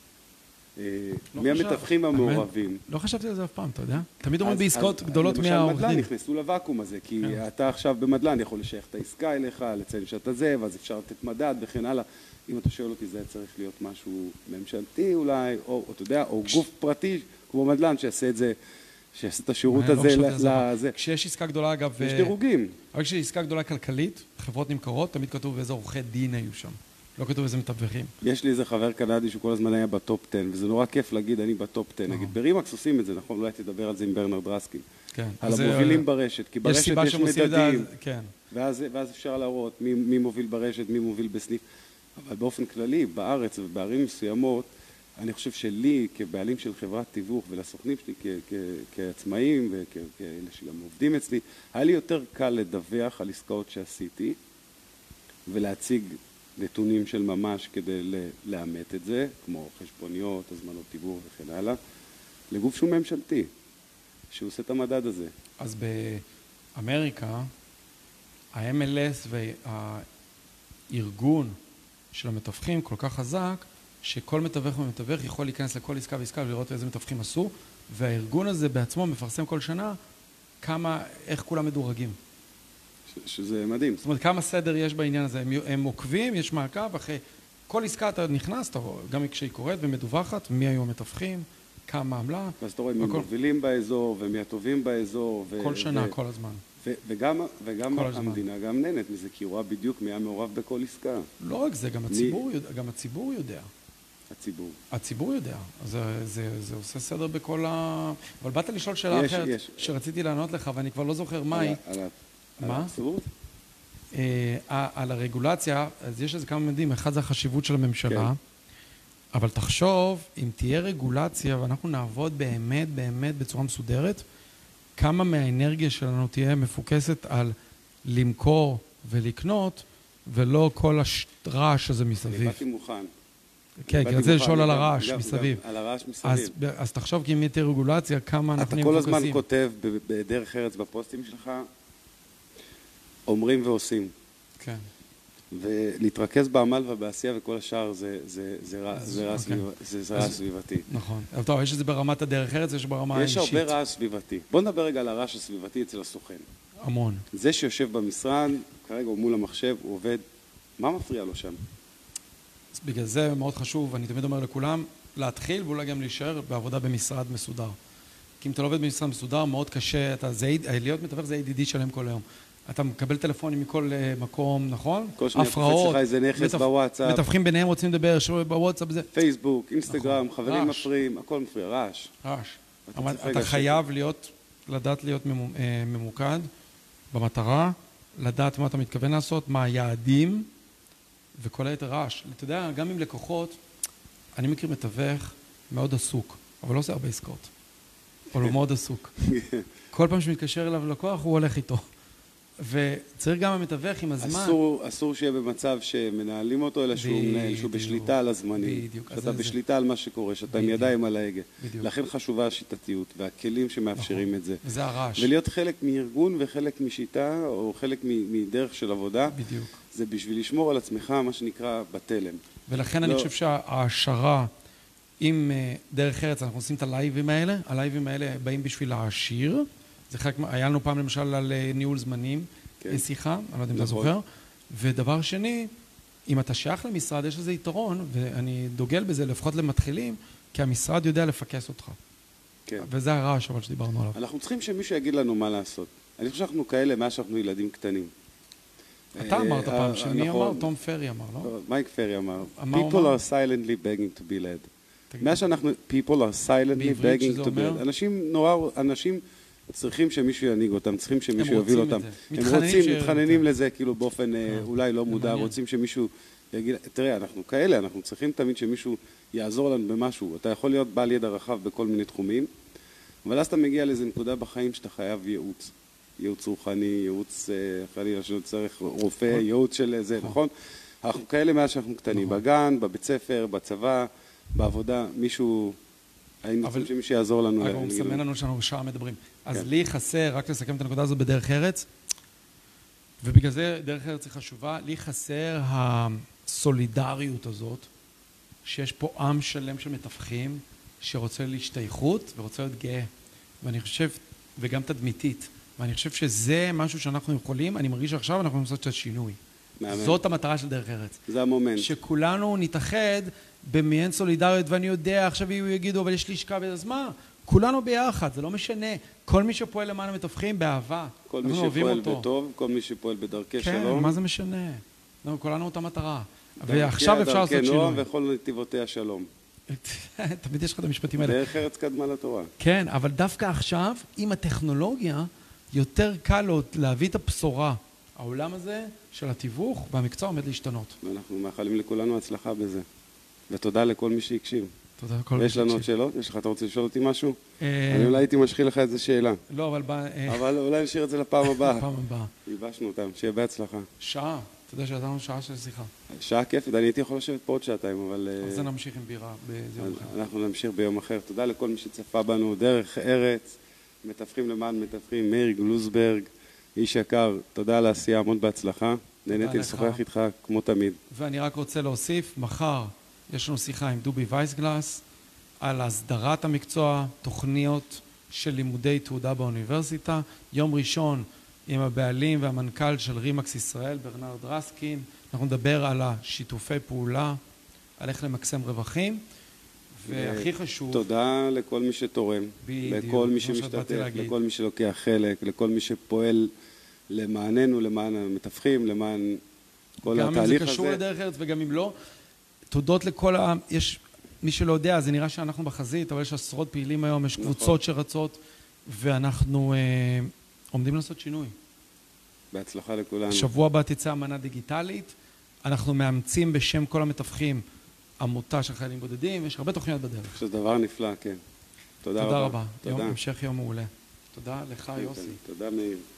מי המתווכים המעורבים? לא חשבתי על זה אף פעם, אתה יודע? תמיד אומרים בעסקאות גדולות מהעורך דין. למשל מדלן נכנסו לוואקום הזה, כי אתה עכשיו במדלן יכול לשייך את העסקה אליך, לציין שאתה זה, ואז אפשר לתת מדד וכן הלאה. אם אתה שואל אותי, זה צריך להיות משהו ממשלתי אולי, או אתה יודע, או גוף פרטי כמו מדלן שיעשה את זה, שיעשה את השירות הזה לזה. כשיש עסקה גדולה, אגב... יש דירוגים. אבל כשיש עסקה גדולה כלכלית, חברות נמכרות, תמיד כתוב איזה עורכי דין היו שם. לא כתוב איזה מתווכים. יש לי איזה חבר קנדי שהוא כל הזמן היה בטופ 10, וזה נורא כיף להגיד, אני בטופ 10. נגיד, ברימקס עושים את זה, נכון? אולי תדבר על זה עם ברנרד רסקין. כן. על המובילים ברשת, כי ברשת יש מדדים. כן. ואז אפשר להראות מי מוביל ברשת, מי מוביל בסניף. אבל באופן כללי, בארץ ובערים מסוימות, אני חושב שלי, כבעלים של חברת תיווך, ולסוכנים שלי כעצמאים, וכאלה שגם עובדים אצלי, היה לי יותר קל לדווח על עסקאות שעשיתי, ולהציג נתונים של ממש כדי לאמת את זה, כמו חשבוניות, הזמנות תיווך וכן הלאה, לגוף שהוא ממשלתי, שהוא עושה את המדד הזה. אז באמריקה, ה-MLS והארגון של המתווכים כל כך חזק, שכל מתווך ומתווך יכול להיכנס לכל עסקה ועסקה ולראות איזה מתווכים עשו, והארגון הזה בעצמו מפרסם כל שנה איך כולם מדורגים. שזה מדהים. זאת אומרת, כמה סדר יש בעניין הזה. הם עוקבים, יש מעקב, אחרי כל עסקה אתה נכנס, גם כשהיא קורית ומדווחת, מי היו המתווכים, כמה עמלה. ואז אתה רואה מי מובילים באזור ומי הטובים באזור. כל שנה, כל הזמן. וגם המדינה גם נהנית מזה, כי הוא רואה בדיוק מי המעורב בכל עסקה. לא רק זה, גם הציבור יודע. הציבור יודע. זה עושה סדר בכל אבל באת לשאול שאלה אחרת שרציתי לענות לך, ואני כבר לא זוכר מהי. מה? האבסורד? על הרגולציה, אז יש איזה כמה מדהים. אחד זה החשיבות של הממשלה, אבל תחשוב, אם תהיה רגולציה ואנחנו נעבוד באמת, באמת בצורה מסודרת, כמה מהאנרגיה שלנו תהיה מפוקסת על למכור ולקנות, ולא כל הרעש הזה מסביב. אני באתי מוכן. כן, כי רציתי לשאול על הרעש מסביב. על הרעש מסביב. אז תחשוב, כי אם תהיה רגולציה, כמה אנחנו מפוקסים. אתה כל הזמן כותב בדרך ארץ בפוסטים שלך, אומרים ועושים. כן. ולהתרכז בעמל ובעשייה וכל השאר זה רעש סביבתי. נכון. אבל טוב, יש את זה ברמת הדרך ארץ, יש ברמה האישית. יש הרבה רעש סביבתי. בוא נדבר רגע על הרעש הסביבתי אצל הסוכן. המון. זה שיושב במשרד, כרגע הוא מול המחשב, הוא עובד, מה מפריע לו שם? אז בגלל זה מאוד חשוב, אני תמיד אומר לכולם, להתחיל ואולי גם להישאר בעבודה במשרד מסודר. כי אם אתה לא עובד במשרד מסודר, מאוד קשה, להיות מתווך זה ADD שלם כל היום. אתה מקבל טלפונים מכל מקום, נכון? כל שניה קופץ לך איזה נכס בוואטסאפ. מתווכים ביניהם רוצים לדבר, בוואטסאפ זה. פייסבוק, אינסטגרם, חברים מפריעים, הכל מפריע, רעש. רעש. אתה חייב לדעת להיות ממוקד במטרה, לדעת מה אתה מתכוון לעשות, מה היעדים, וכל היתר רעש. אתה יודע, גם עם לקוחות, אני מכיר מתווך מאוד עסוק, אבל לא עושה הרבה עסקאות. אבל הוא מאוד עסוק. כל פעם שמתקשר אליו לקוח, הוא הולך איתו. וצריך גם המתווך עם הזמן. אסור שיהיה במצב שמנהלים אותו, אלא שהוא בשליטה על הזמנים. בדיוק. שאתה בשליטה על מה שקורה, שאתה עם ידיים על ההגה. לכן חשובה השיטתיות והכלים שמאפשרים את זה. וזה הרעש. ולהיות חלק מארגון וחלק משיטה, או חלק מדרך של עבודה. בדיוק. זה בשביל לשמור על עצמך, מה שנקרא בתלם. ולכן אני חושב שההעשרה אם דרך ארץ אנחנו עושים את הלייבים האלה, הלייבים האלה באים בשביל להעשיר, זה חלק, היה לנו פעם למשל על ניהול זמנים, שיחה, אני לא יודע אם אתה זוכר, ודבר שני, אם אתה שייך למשרד, יש לזה יתרון, ואני דוגל בזה, לפחות למתחילים, כי המשרד יודע לפקס אותך. כן. וזה הרעש אבל שדיברנו עליו. אנחנו צריכים שמישהו יגיד לנו מה לעשות. אני חושב שאנחנו כאלה, מה שאנחנו ילדים קטנים. אתה אמרת פעם, שמי אמר? תום פרי אמר, לא? מייק פרי אמר. People are silently begging to be led. מה שאנחנו, people are silently begging to be led. אנשים צריכים שמישהו ינהיג אותם, צריכים שמישהו יוביל אותם. הם רוצים, מתחננים לזה, כאילו באופן אולי לא מודע, רוצים שמישהו יגיד, תראה, אנחנו כאלה, אנחנו צריכים תמיד שמישהו יעזור לנו במשהו. אתה יכול להיות בעל ידע רחב בכל מיני תחומים, אבל אז אתה מגיע לאיזו נקודה בחיים שאתה חייב ייעוץ. ייעוץ רוחני, ייעוץ חלילה שלא צריך רופא, ייעוץ של זה, נכון? אנחנו כאלה מאז שאנחנו קטנים, בגן, בבית ספר, בצבא, בעבודה, מישהו, היינו צריכים שמישהו יעזור לנו. אגב, הוא מסמן לנו שאנחנו שעה מדברים. אז לי חסר, רק לסכם את הנקודה הזאת בדרך ארץ, ובגלל זה דרך ארץ היא חשובה, לי חסר הסולידריות הזאת, שיש פה עם שלם של מתווכים, שרוצה להשתייכות ורוצה להיות גאה. ואני חושב, וגם תדמיתית, ואני חושב שזה משהו שאנחנו יכולים, אני מרגיש עכשיו אנחנו יכולים לעשות את השינוי. זאת המטרה של דרך ארץ. זה המומנט. שכולנו נתאחד במעין סולידריות, ואני יודע, עכשיו יגידו, אבל יש לי שקע, אז מה? כולנו ביחד, זה לא משנה. כל מי שפועל למען המתווכים, באהבה. כל מי שפועל בטוב, כל מי שפועל בדרכי שלום. כן, מה זה משנה? כולנו אותה מטרה. ועכשיו אפשר לעשות שינוי. דרכי נועם וכל נתיבותיה שלום. תמיד יש לך את המשפטים האלה. דרך ארץ קדמה לתורה. כן, אבל דווקא עכשיו, עם הטכנולוגיה, יותר קל להביא את הבשורה. העולם הזה של התיווך והמקצוע עומד להשתנות. ואנחנו מאחלים לכולנו הצלחה בזה. ותודה לכל מי שהקשיב. תודה לכל מי שהקשיב. יש לנו עוד שאלות? יש לך, אתה רוצה לשאול אותי משהו? אני אולי הייתי משחיל לך איזו שאלה. לא, אבל אולי נשאיר את זה לפעם הבאה. לפעם הבאה. ייבשנו אותם, שיהיה בהצלחה. שעה. אתה יודע שידענו שעה של שיחה. שעה כיפית, אני הייתי יכול לשבת פה עוד שעתיים, אבל... אז נמשיך עם בירה ביום אחר. אנחנו נמשיך ביום אחר. תודה לכל מי שצפה בנו דרך ארץ, מתווכים למען מתווכים, מאיר גלוזברג, איש יקר, תודה על העשייה, המון בהצלחה. נהניתי לשוחח איתך כמו תמיד. ואני רק רוצה להוסיף, מחר יש לנו שיחה עם דובי וייסגלס על הסדרת המקצוע, תוכניות של לימודי תעודה באוניברסיטה. יום ראשון עם הבעלים והמנכ"ל של רימקס ישראל, ברנרד רסקין. אנחנו נדבר על השיתופי פעולה, על איך למקסם רווחים. והכי חשוב... תודה לכל מי שתורם, לכל מי שמשתתף, לכל מי שלוקח חלק, לכל מי שפועל למעננו, למען המתווכים, למען כל התהליך הזה. גם אם זה קשור לדרך ארץ וגם אם לא. תודות לכל יש מי שלא יודע, זה נראה שאנחנו בחזית, אבל יש עשרות פעילים היום, יש קבוצות שרצות, ואנחנו עומדים לעשות שינוי. בהצלחה לכולנו. שבוע הבא תצא אמנה דיגיטלית, אנחנו מאמצים בשם כל המתווכים עמותה של חיילים בודדים, יש הרבה תוכניות בדרך. זה דבר נפלא, כן. תודה רבה. תודה רבה. המשך יום מעולה. תודה לך, יוסי. תודה מאיר.